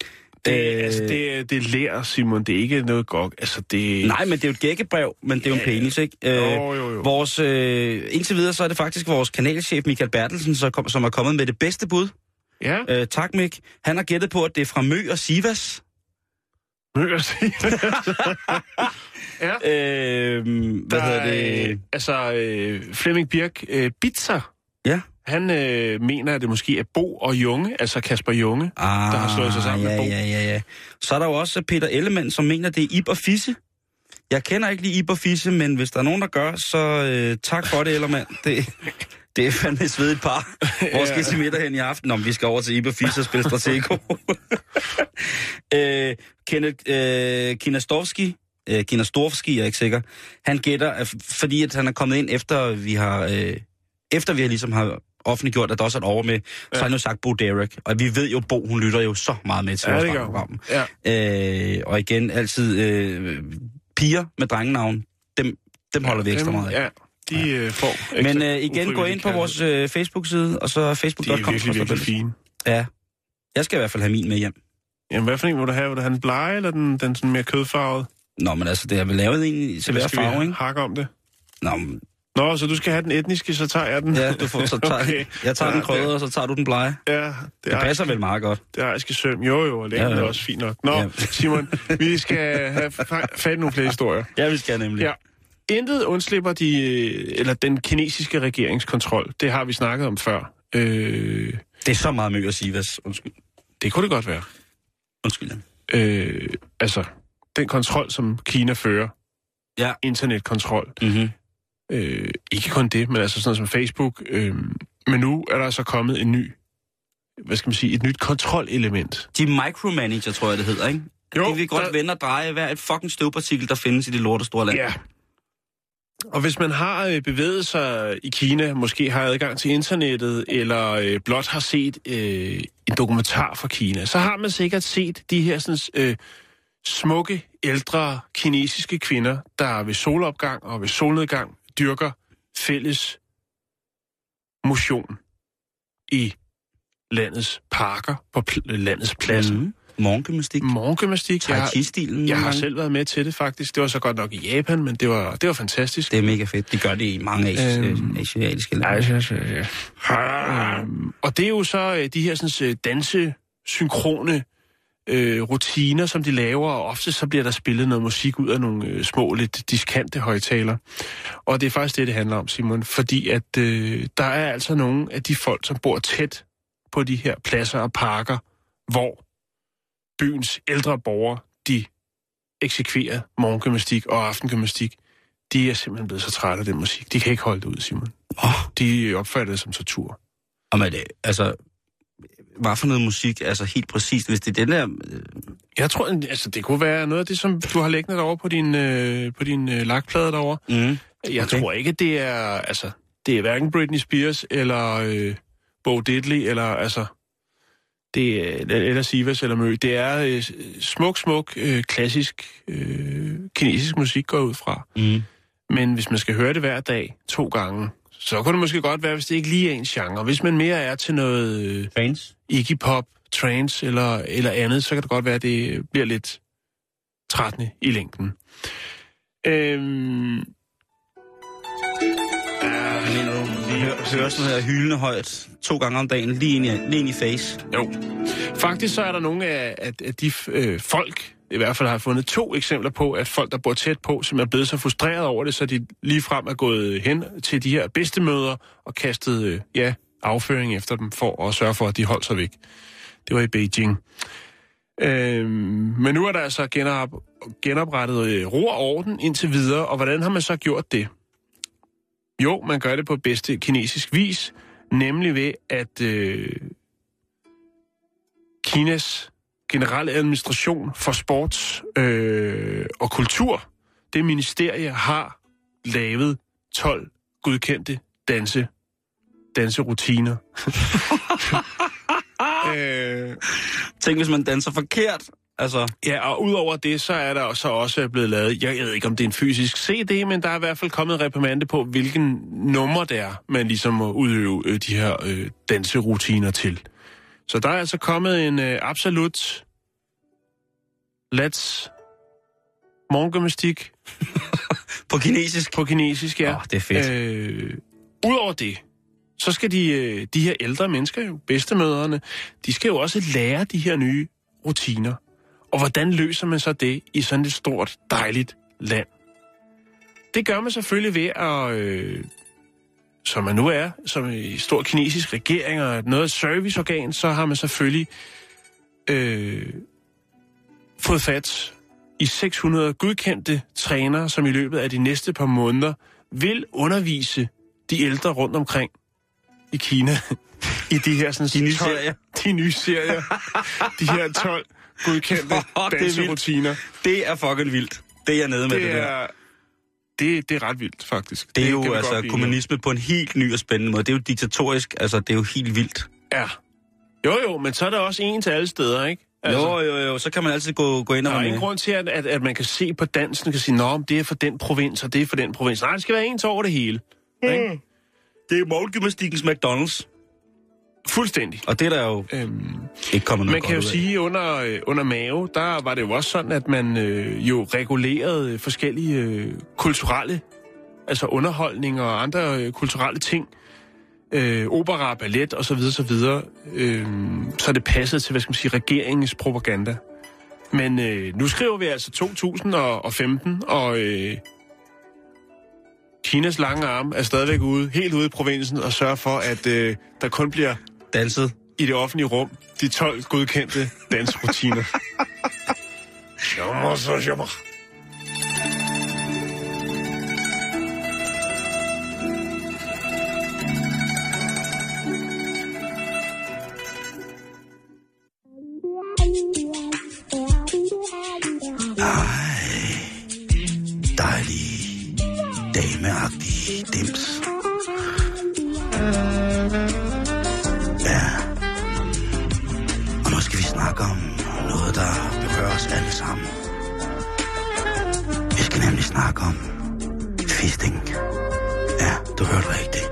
Det lærer, Simon. Det er ikke noget gok. Altså, det... Nej, men det er jo et gækkebrev, men det er jo en penis, ikke? Jo. Vores, indtil videre, så er det faktisk vores kanalchef, Michael Bertelsen, som er kommet med det bedste bud. Ja. Tak, Mik. Han har gættet på, at det er fra Mø og Sivas. Mø og Sivas? Ja. Hvad hedder det? Flemming Birk Bitzer. Ja. Han mener, at det måske er Bo og Junge, altså Kasper Junge, der har slået sig sammen med Bo. Ja. Så er der jo også Peter Ellemann, som mener, det er Ib og Fisse. Jeg kender ikke lige Ib og Fisse, men hvis der er nogen, der gør, så tak for det, Ellemann. Det er fandme et svedigt par. Hvor skal I se middag hen i aften? Nå, vi skal over til Ib og Fisse og spille Stratego. Kinastovski, jeg er ikke sikker. Han gætter, fordi at han er kommet ind efter vi ligesom har offentliggjort, at der også er et over med, så har han jo sagt Bo Derek. Og vi ved jo, Bo, hun lytter jo så meget med til vores program. Ja. Og igen, altid piger med drengenavn, dem holder vi ekstra meget af. Ja, de får ekstra. Men igen, gå ind på vores Facebook-side, og så facebook.com. De er virkelig fine. Ja. Jeg skal i hvert fald have min med hjem. Jamen, hvad for en vil du have? Vil du have den blege, eller den sådan mere kødfarvede? Nå, men altså, det har vi lavet en til hver farve, ikke? Hakke om det? Nå, så du skal have den etniske, så tager jeg den? Ja, okay. Jeg tager den krødder, og så tager du den blege. Ja, det passer vel meget godt. Det er ikke søm. Jo, og længden er også fint nok. Nå, Simon, vi skal have fat nogle flere historier. Ja, vi skal nemlig. Ja. Intet undslipper den kinesiske regeringskontrol. Det har vi snakket om før. Det er så meget Mø og Sivas. Undskyld. Det kunne det godt være. Undskyld. Den kontrol, som Kina fører. Ja. Internetkontrol. Mm-hmm. Ikke kun det, men altså sådan noget som Facebook. Men nu er der så kommet en ny, et nyt kontrolelement. De micromanager, tror jeg, det hedder, ikke? Jo. Det vil godt vende og dreje hver et fucking støvpartikel, der findes i det lorte store land. Ja. Og hvis man har bevæget sig i Kina, måske har adgang til internettet, eller blot har set en dokumentar fra Kina, så har man sikkert set de her sådan, smukke, ældre kinesiske kvinder, der ved solopgang og ved solnedgang dyrker fælles motion i landets parker, på landets pladser. Mm-hmm. Morgengymnastik. Tai-chi-stilen. Jeg har selv været med til det, faktisk. Det var så godt nok i Japan, men det var fantastisk. Det er mega fedt. De gør det i mange asiatiske lande. Og det er jo så de her sådan, danse-synkrone rutiner, som de laver, og ofte så bliver der spillet noget musik ud af nogle små, lidt diskante højtaler. Og det er faktisk det handler om, Simon, fordi at der er altså nogle af de folk, som bor tæt på de her pladser og parker, hvor byens ældre borgere, de eksekverer morgengymnastik og aftengymnastik. De er simpelthen blevet så trætte af den musik. De kan ikke holde det ud, Simon. De opfatter det som tortur. Og med det, altså, hvad for noget musik, altså helt præcist, hvis det er den der... Jeg tror, altså det kunne være noget af det, som du har liggende derovre på din lakplade derovre. Mm. Jeg tror ikke, det er, det er hverken Britney Spears eller Bo Diddley, eller altså... eller Sivas eller Mø. Det er smuk, klassisk kinesisk musik går ud fra. Mm. Men hvis man skal høre det hver dag 2 gange, så kunne det måske godt være, hvis det ikke lige er en genre. Hvis man mere er til noget Iggy Pop, trance eller andet, så kan det godt være, at det bliver lidt trættende i længden. Hører sådan her hyldende højt 2 gange om dagen, lige ind i face. Jo. Faktisk så er der nogle af de folk, i hvert fald har jeg fundet 2 eksempler på, at folk, der bor tæt på, som er blevet så frustreret over det, så de ligefrem er gået hen til de her bedstemødre og kastet afføring efter dem for at sørge for, at de holdt sig væk. Det var i Beijing. Men nu er der altså genoprettet ro og orden indtil videre, og hvordan har man så gjort det? Jo, man gør det på bedste kinesisk vis, nemlig ved, at Kinas generelle administration for sport og kultur, det ministerie har lavet 12 godkendte danserutiner. Tænk, hvis man danser forkert. Altså. Ja, og udover det, så er der så også blevet lavet, jeg ved ikke, om det er en fysisk CD, men der er i hvert fald kommet reprimande på, hvilken nummer det er, man ligesom må udøve de her danserutiner til. Så der er altså kommet en absolut morgengymnastik. På kinesisk? På kinesisk, ja. Det er fedt. Udover det, så skal de her ældre mennesker, jo bedstemødrene, de skal jo også lære de her nye rutiner. Og hvordan løser man så det i sådan et stort, dejligt land? Det gør man selvfølgelig ved at, som man nu er, som i stor kinesisk regering og noget serviceorgan, så har man selvfølgelig fået fat i 600 godkendte trænere, som i løbet af de næste par måneder vil undervise de ældre rundt omkring i Kina i de her sådan, de nye serier. De her 12 godkendte danserutiner. Det er fucking vildt. Det er jeg nede med det der. Det er ret vildt, faktisk. Det er jo altså kommunisme på en helt ny og spændende måde. Det er jo diktatorisk, altså det er jo helt vildt. Ja. Jo, men så er der også en til alle steder, ikke? Altså, jo, så kan man altid gå ind og der er ingen grund til, at man kan se på dansen og kan sige, nå, det er for den provins, og det er for den provins. Nej, det skal være ens over det hele. Ikke? Det er morgengymnastikkens McDonald's. Fuldstændig. Og det er der jo ikke kommet noget. Man kan jo sige, under Mao, der var det jo også sådan, at man jo regulerede forskellige kulturelle, altså underholdning og andre kulturelle ting. Opera, ballet og så videre, så det passede til, hvad skal man sige, regeringens propaganda. Men nu skriver vi altså 2015, og Kinas lange arm er stadigvæk helt ude i provinsen og sørger for, at der kun bliver danset i det offentlige rum de 12 godkendte dansrutiner. Jammer. Dejlig dameagtig dims. Ja. Og nu skal vi snakke om noget, der berører os alle sammen. Vi skal nemlig snakke om fisting. Ja, du hørte rigtigt.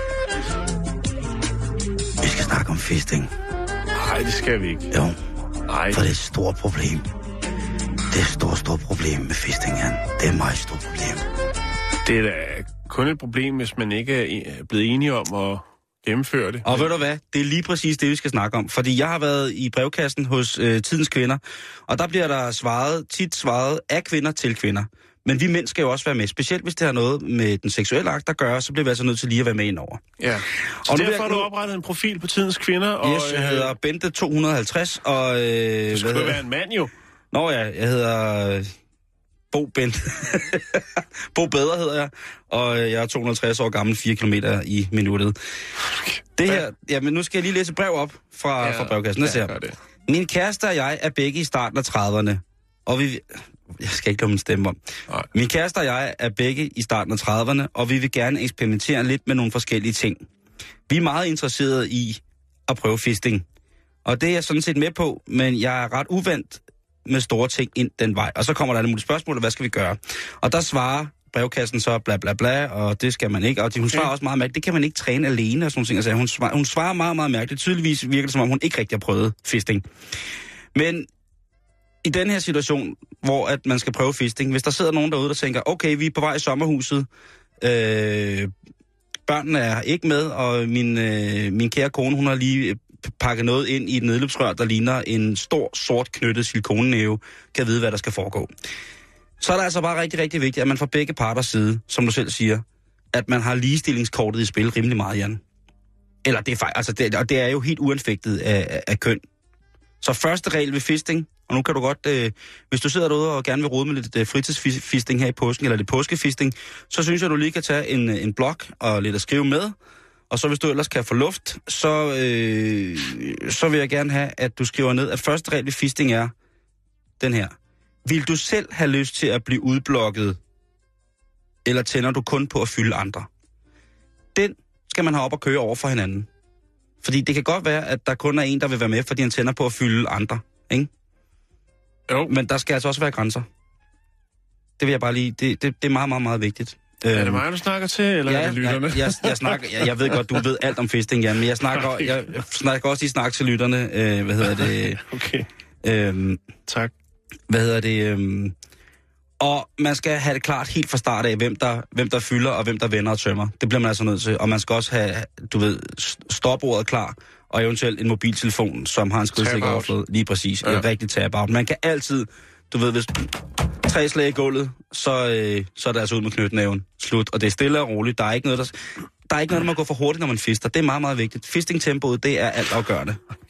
Vi skal snakke om fisting. Nej, det skal vi ikke. Jo. Nej. For det er et stort problem. Det er et stort problem med fisting, Jan. Det er et meget stort problem. Det er da kun et problem, hvis man ikke er blevet enige om at gennemføre det. Og ved du hvad? Det er lige præcis det, vi skal snakke om. Fordi jeg har været i brevkassen hos Tidens Kvinder, og der bliver der tit svaret af kvinder til kvinder. Men vi mænd skal jo også være med. Specielt hvis det har noget med den seksuelle akt at gøre, så bliver vi altså nødt til lige at være med indover. Ja. Så og derfor har du oprettet en profil på Tidens Kvinder. Og, yes, jeg hedder Bente 250, og... du skulle være en mand jo. Nå ja, jeg hedder Bo Bente. Bo Bedre hedder jeg, og jeg er 250 år gammel, 4 kilometer i minuttet. Det her, ja, men nu skal jeg lige læse brev op fra brevkassen. Det. Min kæreste og jeg er begge i starten af 30'erne, og vi... Jeg skal ikke lade min stemme om. Nej. Min kæreste og jeg er begge i starten af 30'erne, og vi vil gerne eksperimentere lidt med nogle forskellige ting. Vi er meget interesserede i at prøve fisting. Og det er jeg sådan set med på, men jeg er ret uvendt med store ting ind den vej. Og så kommer der alle mulige spørgsmål, hvad skal vi gøre? Og der svarer brevkassen så bla bla bla, og det skal man ikke. Og hun svarer også meget mærkeligt, det kan man ikke træne alene og sådan noget. Altså, hun svarer meget, meget mærkeligt. Tydeligvis virker det, som om hun ikke rigtig har prøvet fisting. Men i den her situation, hvor at man skal prøve fisting, hvis der sidder nogen derude, der tænker, okay, vi er på vej i sommerhuset, børnene er ikke med, og min kære kone, hun har lige pakke noget ind i et nedløbsrør, der ligner en stor, sort knyttet silikonenæve, kan vide, hvad der skal foregå. Så er det altså bare rigtig, rigtig vigtigt, at man fra begge parters side, som du selv siger, at man har ligestillingskortet i spil rimelig meget, Jan. Eller det er faktisk, altså det er jo helt uanfægtet af køn. Så første regel ved fisting, og nu kan du godt, hvis du sidder derude og gerne vil rode med lidt fritidsfisting her i påsken, eller lidt påskefisting, så synes jeg, du lige kan tage en blok og lidt at skrive med. Og så hvis du ellers kan få luft, så vil jeg gerne have, at du skriver ned, at første regel ved fisting er den her. Vil du selv have lyst til at blive udblokket, eller tænder du kun på at fylde andre? Den skal man have op og køre over for hinanden. Fordi det kan godt være, at der kun er en, der vil være med, fordi han tænder på at fylde andre, ikke? Jo. Men der skal altså også være grænser. Det vil jeg bare lige... Det er meget, meget, meget vigtigt. Er det mig, du snakker til, eller er det lytterne? Jeg snakker... Jeg ved godt, du ved alt om fisting, Jan, men jeg snakker også lige snakke til lytterne. Okay. Tak. Og man skal have det klart helt fra start af, hvem der fylder, og hvem der vender og tømmer. Det bliver man altså nødt til. Og man skal også have, du ved, stopordet klar, og eventuelt en mobiltelefon, som har en skridstikkeroverflade. Lige præcis. Ja. Et rigtigt tab-out. Man kan altid, du ved, hvis 3 slag i gulvet, så er det altså ud med knytnæven. Slut. Og det er stille og roligt. Der er ikke noget, der må gå for hurtigt, når man fister. Det er meget, meget vigtigt. Fisting-tempoet, det er alt afgørende.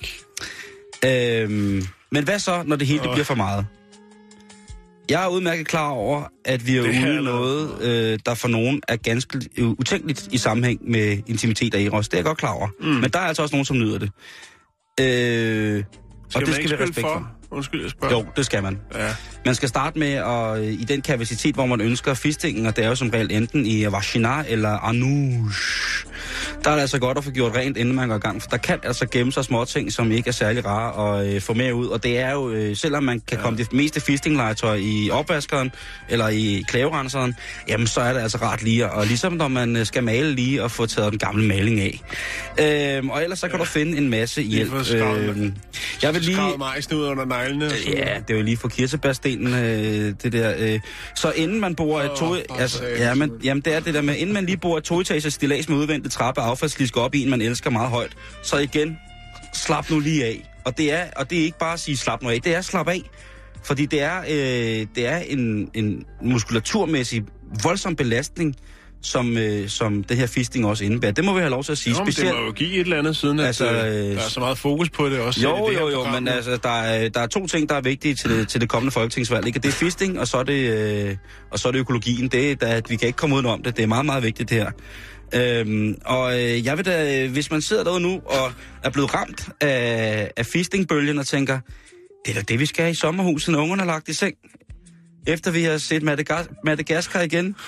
Men hvad så, når det hele bliver for meget? Jeg er udmærket klar over, at vi er ude i noget, der for nogen er ganske utænkeligt i sammenhæng med intimitet og eros. Det er jeg godt klar over. Men der er altså også nogen, som nyder det. Og det skal vi have respekt for. Undskyld, jeg spørger. Jo, det skal man. Ja. Man skal starte med i den kapacitet, hvor man ønsker fistingen, og det er jo som regel enten i vagina eller anus. Der er det altså godt at få gjort rent, inden man går i gang. For der kan altså gemme sig små ting, som ikke er særlig rare at få med ud. Og det er jo, selvom man kan komme det meste fistinglegetøj i opvaskeren eller i klaverenseren, jamen så er det altså rart lige. Og ligesom når man skal male lige og få taget den gamle maling af. Og ellers så kan du finde en masse hjælp. Jeg vil lige... Skravet majsen ud under neglene. Ja, det er jo lige for kirsebærstenen, det der. Så inden man bor jamen det er det der med, inden man lige bor et 2-etagers stillads med udvendig trappe og affaldslisk op i en, man elsker meget højt, så igen, slap nu lige af. Og det er ikke bare at sige slap nu af, det er slap af. Fordi det er en muskulaturmæssig voldsom belastning, som det her fisting også indebærer. Det må vi have lov til at sige. Jo, specielt, det må jo give et eller andet siden, at der er så meget fokus på det også. Jo, men altså, der er 2 ting, der er vigtige til det kommende folketingsvalg. Ikke? Det er fisting, og så er det økologien. Vi kan ikke komme udenom det. Det er meget, meget vigtigt det her. Jeg ved da, hvis man sidder derude nu og er blevet ramt af fistingbølgen og tænker, det er da det, vi skal have i sommerhuset, når ungerne er lagt i seng. Efter vi har set Madagaskar igen,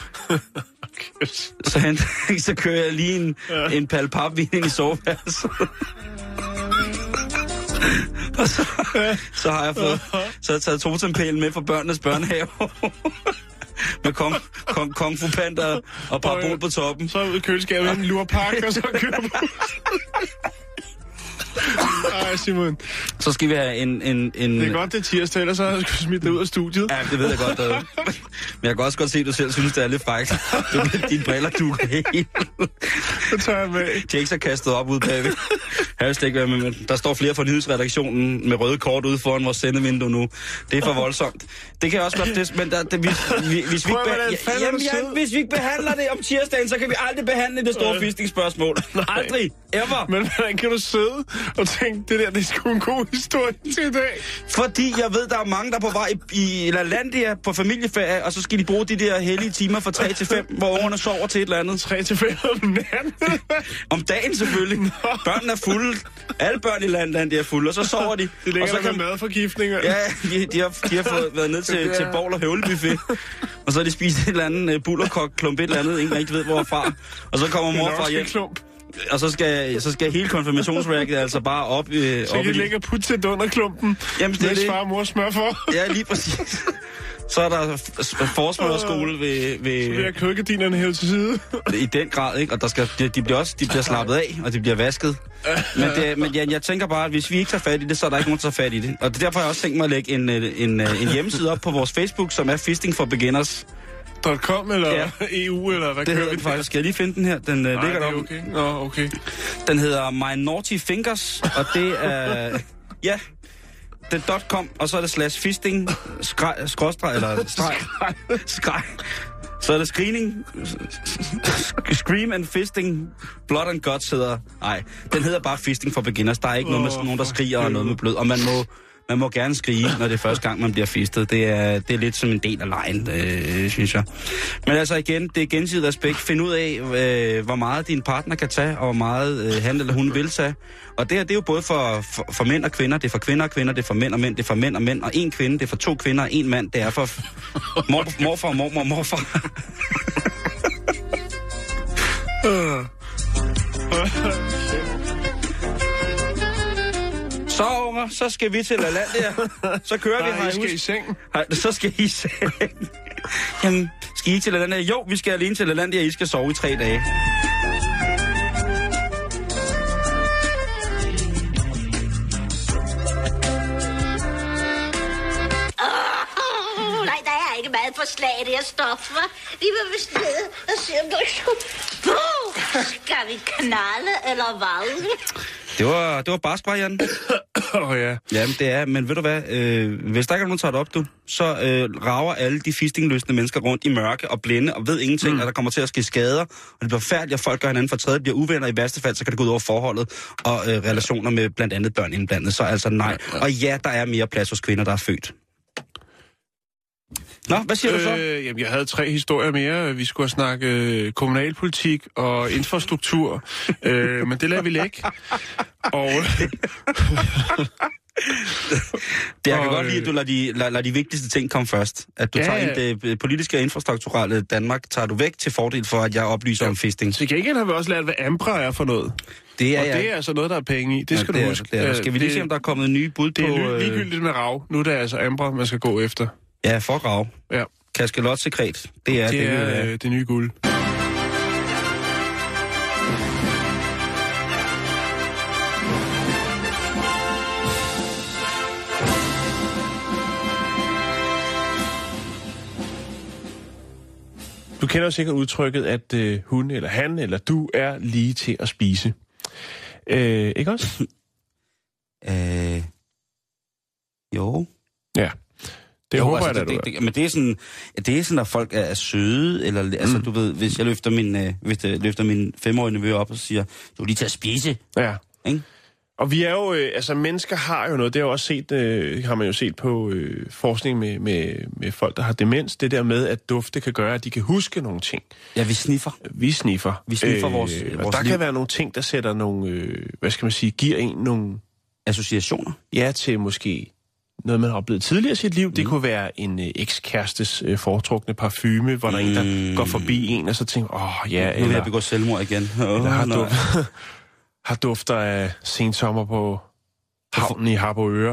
så kører jeg lige en pal papvin ind i soveværelset. Og så har jeg taget totempælen med fra børnenes børnehave. Med kung fu panda og parabol på toppen. Så ud i køleskabet en lurpak, og så kører på. Ej, Simon. Så skal vi have en... Det er godt, det er tirsdag, ellers så har jeg smidt det ud af studiet. Ja, det ved jeg godt. Men jeg kan også godt se, at du selv synes, det er lidt frækt. Dine briller dukker helt. Så tager jeg med. De er ikke så kastet op ude bagved. Jeg vil slet ikke være med. Der står flere fra nyhedsredaktionen med røde kort ude foran vores sendevindue nu. Det er for voldsomt. Det kan også være... Hvis vi ikke behandler det om tirsdagen, så kan vi aldrig behandle det store fistingsspørgsmål. Aldrig. Ever. Men hvordan kan du sidde og tænke, det er sgu en god historie til i dag? Fordi jeg ved, der er mange, der er på vej i LaLandia på familieferie, og så skal de bruge de der hellige timer fra 3 til 5, hvor ungerne sover til et eller andet. 3 til 5 om natten? Om dagen selvfølgelig. Børnene er fulde. Alle børn i LaLandia er fulde, og så sover de. De ligger der med madforgiftninger. Ja, de har fået været ned til Borg og Høvlebuffet. Og så har de spist et eller andet bullerkok-klump, et eller andet, ingen rigtig ved hvorfra. Og så kommer mor fra hjem. Og så skal hele konfirmationsværket altså bare op så kan de ligge og putte til under klumpen. Jamen, det er det. Far og mor smør for. Ja, lige præcis. Så er der forsmørskole ved... Så bliver kødgardinerne hævet til side. I den grad, ikke? Og de bliver slappet af, og de bliver vasket. Men jeg tænker bare, at hvis vi ikke tager fat i det, så er der ikke nogen, der tager fat i det. Og derfor har jeg også tænkt mig at lægge en hjemmeside op på vores Facebook, som er Fisting for Beginners. .com eller EU, eller hvad det kører vi det faktisk. Skal jeg lige finde den her? Den ligger deroppe. Okay. Nå, okay. Den hedder My Naughty Fingers, og det er... Ja, det er .com, og så er det /fisting, skråstreg, eller streg. Så er det screening, scream and fisting, blood and guts hedder... Nej, den hedder bare fisting for beginners. Der er ikke noget med nogen, der skriger og noget med blod, og man må gerne skrige, når det er første gang, man bliver fistet. Det er lidt som en del af lejen, synes jeg. Men altså igen, det er gensidig respekt. Find ud af, hvor meget din partner kan tage, og hvor meget han eller hun vil tage. Og det er jo både for mænd og kvinder. Det er for kvinder og kvinder, det er for mænd og mænd, det er for mænd og mænd. Og en kvinde, det er for 2 kvinder og 1 mand. Det er for morfar og mormor og morfar. Så, unger, så skal vi til LaLandia. Så kører vi her. I skal i seng. Så skal I i seng. Jamen, skal I til LaLandia? Jo, vi skal alene til LaLandia, I skal sove i 3 dage. Nej, der er ikke meget forslag, det her stof, hva'? Vi vil vist ned og se, om der skal vi knalde, eller hvad? Det var barsk, var Jan. Ja. Jamen, det er, men ved du hvad, hvis der ikke er nogen, der tager det op, så rager alle de fistingløsende mennesker rundt i mørke og blinde og ved ingenting, at der kommer til at ske skader, og det bliver færdigt, og folk gør hinanden for tredje, bliver uvenner i værste fald, så kan det gå ud over forholdet og relationer med blandt andet børn indblandet, så altså nej. Og ja, der er mere plads hos kvinder, der er født. Nå, hvad siger du så? Jamen, jeg havde 3 historier mere. Vi skulle have snakket kommunalpolitik og infrastruktur, men det lader vi lægge. Og det jeg kan godt lide, at du lader de vigtigste ting komme først. At du tager det politiske og infrastrukturelle Danmark, tager du væk til fordel for, at jeg oplyser om fisting. Så igen har vi også lært, hvad Ambra er for noget. Det er altså noget, der er penge i. Det skal du huske. Skal vi lige se, om der er kommet nye bud på... Det er ligegyldigt med rav. Nu er det altså Ambra, man skal gå efter. Ja, for rav. Ja. Kaskelotsekret. Det er det nye guld. Du kender jo sikkert udtrykket, at hun eller han eller du er lige til at spise. Ikke også? Jo. Ja. Det håber jeg, at du er. Men det er sådan, at folk er søde, eller altså, du ved, hvis jeg løfter min 5-årige nevø op og siger, du er lige til at spise. Ja. Ikke? Og vi er jo, altså mennesker har jo noget, det har også set, har man jo set på forskning med folk, der har demens, det der med, at dufte kan gøre, at de kan huske nogle ting. Ja, vi sniffer. Vi sniffer vores og der kan være nogle ting, der sætter nogle, hvad skal man sige, giver en nogle... associationer? Ja, til måske noget, man har oplevet tidligere i sit liv. Det kunne være en ekskærestes foretrukne parfume, hvor der er en, der går forbi en, og så tænker, nu vil jeg begå selvmord igen. Har dufter af sensommer på havnen i Harboøre.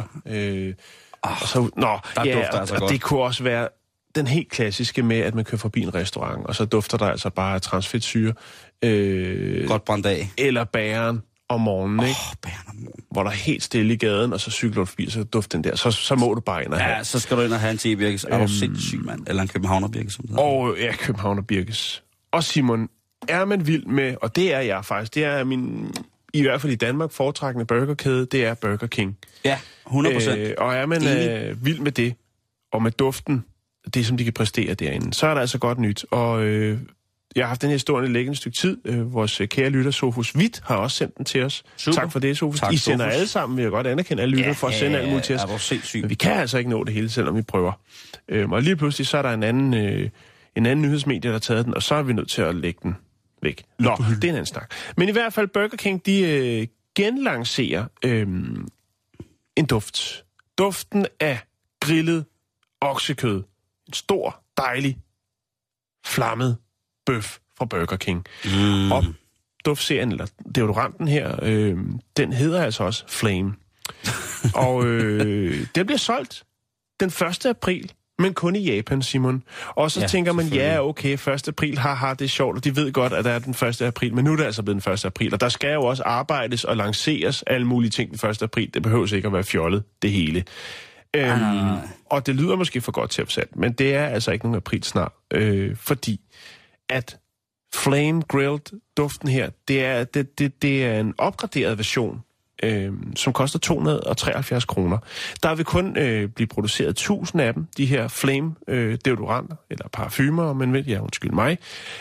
Og det kunne også være den helt klassiske med, at man kører forbi en restaurant, og så dufter der altså bare af transfedtsyre. Godt brændt af. Eller bæren om morgenen, ikke? Bæren om morgenen. Hvor der er helt stille i gaden, og så cykler du forbi, så dufter den der. Så må du bare ind og have. Ja, så skal du ind og have en T-birkes. Er du sindssyg, mand? Eller en Københavner-birkes, som det hedder. Og ja, Københavner-birkes. Og Simon, er man vild med, og det er jeg faktisk, det er min... I hvert fald i Danmark foretrækkende burgerkæde, det er Burger King. Ja, 100%. Og er man vild med det, og med duften, det som de kan præstere derinde, så er der altså godt nyt. Og jeg har haft den her historie liggende et stykke tid. Vores kære lytter, Sofus Hvidt, har også sendt den til os. Super. Tak for det, Sofus. I sender alle sammen, vil jeg godt anerkende alle lytter for at sende alt muligt til os. Men vi kan altså ikke nå det hele, selvom vi prøver. Og lige pludselig, så er der en anden nyhedsmedie, der har taget den, og så er vi nødt til at lægge den væk. Nå, det er en anden snak. Men i hvert fald, Burger King, de genlancerer en duft. Duften af grillet oksekød. En stor, dejlig, flammet bøf fra Burger King. Og duftserien, eller deodoranten her, den hedder altså også Flame. Og den bliver solgt den 1. april. Men kun i Japan, Simon. Og så tænker man, okay, 1. april, haha, det er sjovt, og de ved godt, at det er den 1. april, men nu er det altså blevet den 1. april, og der skal jo også arbejdes og lanceres alle mulige ting den 1. april. Det behøver ikke at være fjollet, det hele. Og det lyder måske for godt til at være sandt, men det er altså ikke nogen aprilsnar, fordi at Flame Grilled duften her, det er en opgraderet version, som koster 273 kroner. Der vil kun blive produceret 1000 af dem, de her Flame deodoranter, eller parfumer, om man vil, undskyld mig.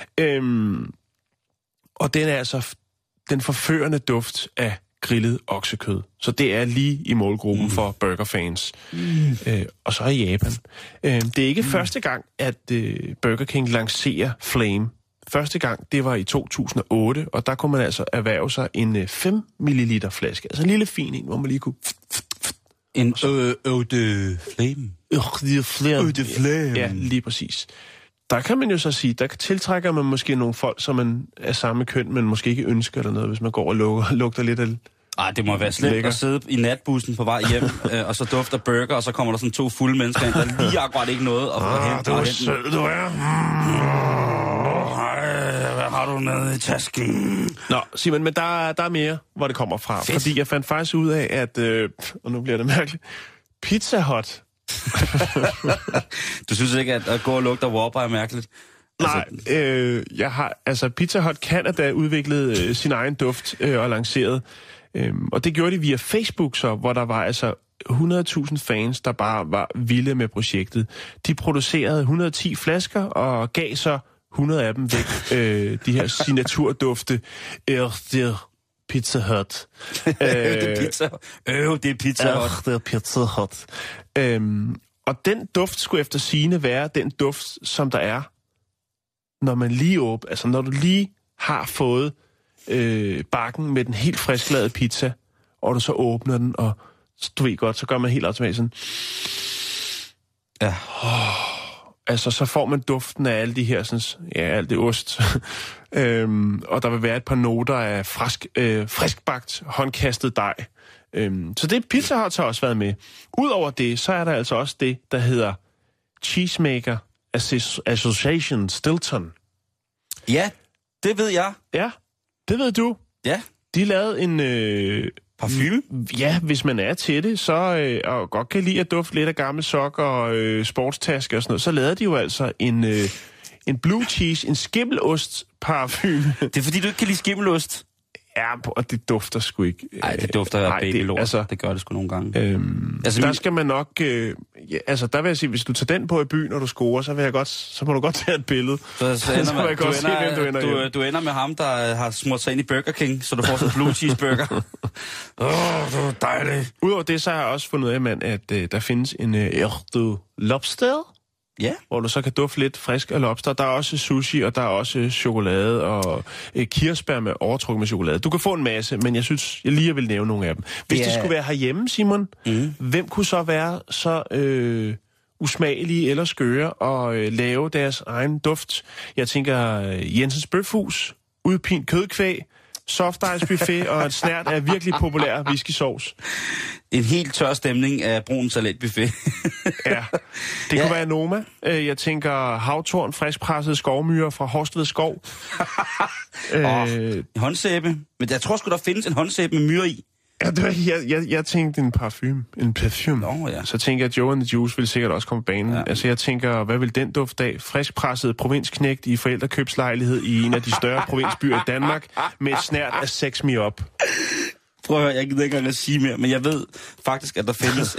Og den er altså den forførende duft af grillet oksekød. Så det er lige i målgruppen for burgerfans. Og så i Japan. Det er ikke første gang, at Burger King lancerer Flame. Første gang, det var i 2008, og der kunne man altså erhverve sig en 5 ml flaske. Altså en lille fin en, hvor man lige kunne... En eau de flame. Eau de flame. Ja, lige præcis. Der kan man jo så sige, der tiltrækker man måske nogle folk, som man er samme køn, men måske ikke ønsker eller noget, hvis man går og lugter lidt af... Det må være slemt at sidde i natbussen på vej hjem, og så dufter burger, og så kommer der sådan 2 fulde mennesker ind, der lige akkurat ikke noget at hente. Det var sød, du er. Hvad har du nede i tasken? Nå, Simon, men der er mere, hvor det kommer fra. Fedt. Fordi jeg fandt faktisk ud af, at... og nu bliver det mærkeligt. Pizza Hut. Du synes ikke, at gå og lugte af Whopper er mærkeligt? Nej, jeg har... Altså, Pizza Hut Canada udviklet sin egen duft og lanceret. Og det gjorde de via Facebook så, hvor der var altså 100.000 fans, der bare var vilde med projektet. De producerede 110 flasker og gav så 100 af dem væk. De her signaturdufte. Det er Pizza Hut. Det er Pizza Hut. Det er Pizza Hut. Det er Pizza Hut. Og den duft skulle efter sigende være den duft, som der er, når man lige åbner. Altså når du lige har fået bakken med den helt frisklavede pizza, og du så åbner den, og du ved godt, så gør man helt automatisk sådan. Ja. Altså, så får man duften af alle de her, sådan, alt det ost. Og der vil være et par noter af friskbagt, håndkastet dej. Så det Pizza Hut har også været med. Udover det, så er der altså også det, der hedder Cheesemaker Association Stilton. Ja, det ved jeg. Ja, det ved du. Ja. De lavede en... parfume? Ja, hvis man er til det, så og godt kan lide at dufte lidt af gamle sokker og sportstasker og sådan noget, så lavede de jo altså en blue cheese, en skimmelost parfume. Det er fordi, du ikke kan lide skimmelost? Ja, og det dufter sgu ikke. Nej, det dufter af babylort. Altså, det gør det sgu nogle gange. Der skal man nok... der vil jeg sige, hvis du tager den på i byen, og du scorer, så må du godt tage et billede. Så du ender med ham, der har smurt sig ind i Burger King, så du får sådan en blue cheeseburger. Det er dejligt. Udover det, så har jeg også fundet ud af, at der findes en lobster. Ja. Hvor du så kan dufte lidt frisk af lobster. Der er også sushi, og der er også chokolade og kirsebær med overtrukket med chokolade. Du kan få en masse, men jeg synes, jeg lige vil nævne nogle af dem. Hvis det skulle være herhjemme, Simon, hvem kunne så være så usmagelige eller skøre og lave deres egen duft? Jeg tænker Jensens Bøfhus, udpint kødkvæg, soft ice buffet og en snert af virkelig populær whiskysauce. En helt tør stemning af brun salatbuffet. Ja, det kunne være Noma. Jeg tænker havtorn, friskpresset skovmyre fra Horstved Skov. Håndsæbe. Men jeg tror sgu, der findes en håndsæbe med myre i. Ja, jeg tænkte en parfume. Nå, ja. Så tænker jeg, at Joe and the Juice vil sikkert også komme på banen. Ja. Altså jeg tænker, hvad vil den dufte af? Friskpresset provinsknægt i forældrekøbslejlighed i en af de større provinsbyer i Danmark med et snært af sex me up. Prøv at høre, jeg gider ikke engang at sige mere, men jeg ved faktisk, at der findes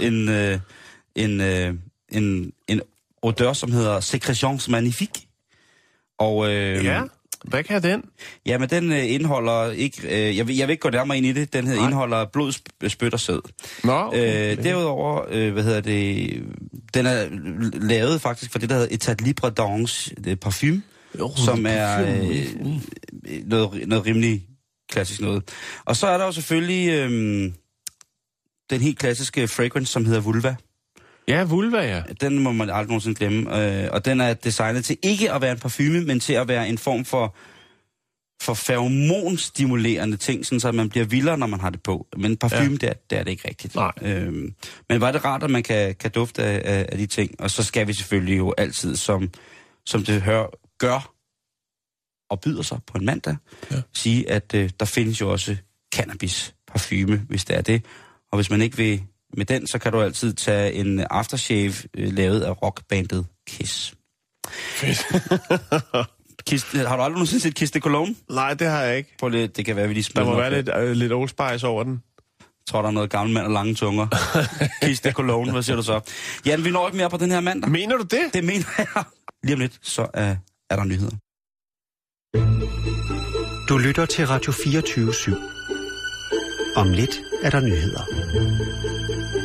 en odør, som hedder Sécrétions Magnifique. Og ja, hvad kan den? Ja, men den indeholder ikke... jeg vil ikke gå nærmere ind i det. Den indeholder blod, spyt og sæd. Nå, okay. Derudover, den er lavet faktisk for det, der hedder Etat Libre Danse parfume, som er noget rimelig klassisk noget. Og så er der jo selvfølgelig den helt klassiske fragrance, som hedder Vulva. Ja, Vulva, ja. Den må man aldrig nogensinde glemme. Og den er designet til ikke at være en parfume, men til at være en form for feromonstimulerende ting, sådan så man bliver vildere, når man har det på. Men parfume, det er det ikke rigtigt. Men var det rart, at man kan dufte af de ting. Og så skal vi selvfølgelig jo altid, som det gør og byder sig på en mandag, sige, at der findes jo også cannabis-parfume, hvis det er det. Og hvis man ikke med den, så kan du altid tage en aftershave lavet af rockbandet Kiss. Kiss, har du aldrig nogensinde set Kiss de Cologne? Nej, det har jeg ikke. Prøv lidt, det kan være, vi lige spiller. Der må være lidt Old Spice over den. Jeg tror, der er noget gammel mand og lange tunger. Kiss de Cologne, hvad siger du så? Jan, vi når ikke mere på den her mandag. Mener du det? Det mener jeg. Lige om lidt, så er der nyheder. Du lytter til Radio 24/7. Om lidt er der nyheder.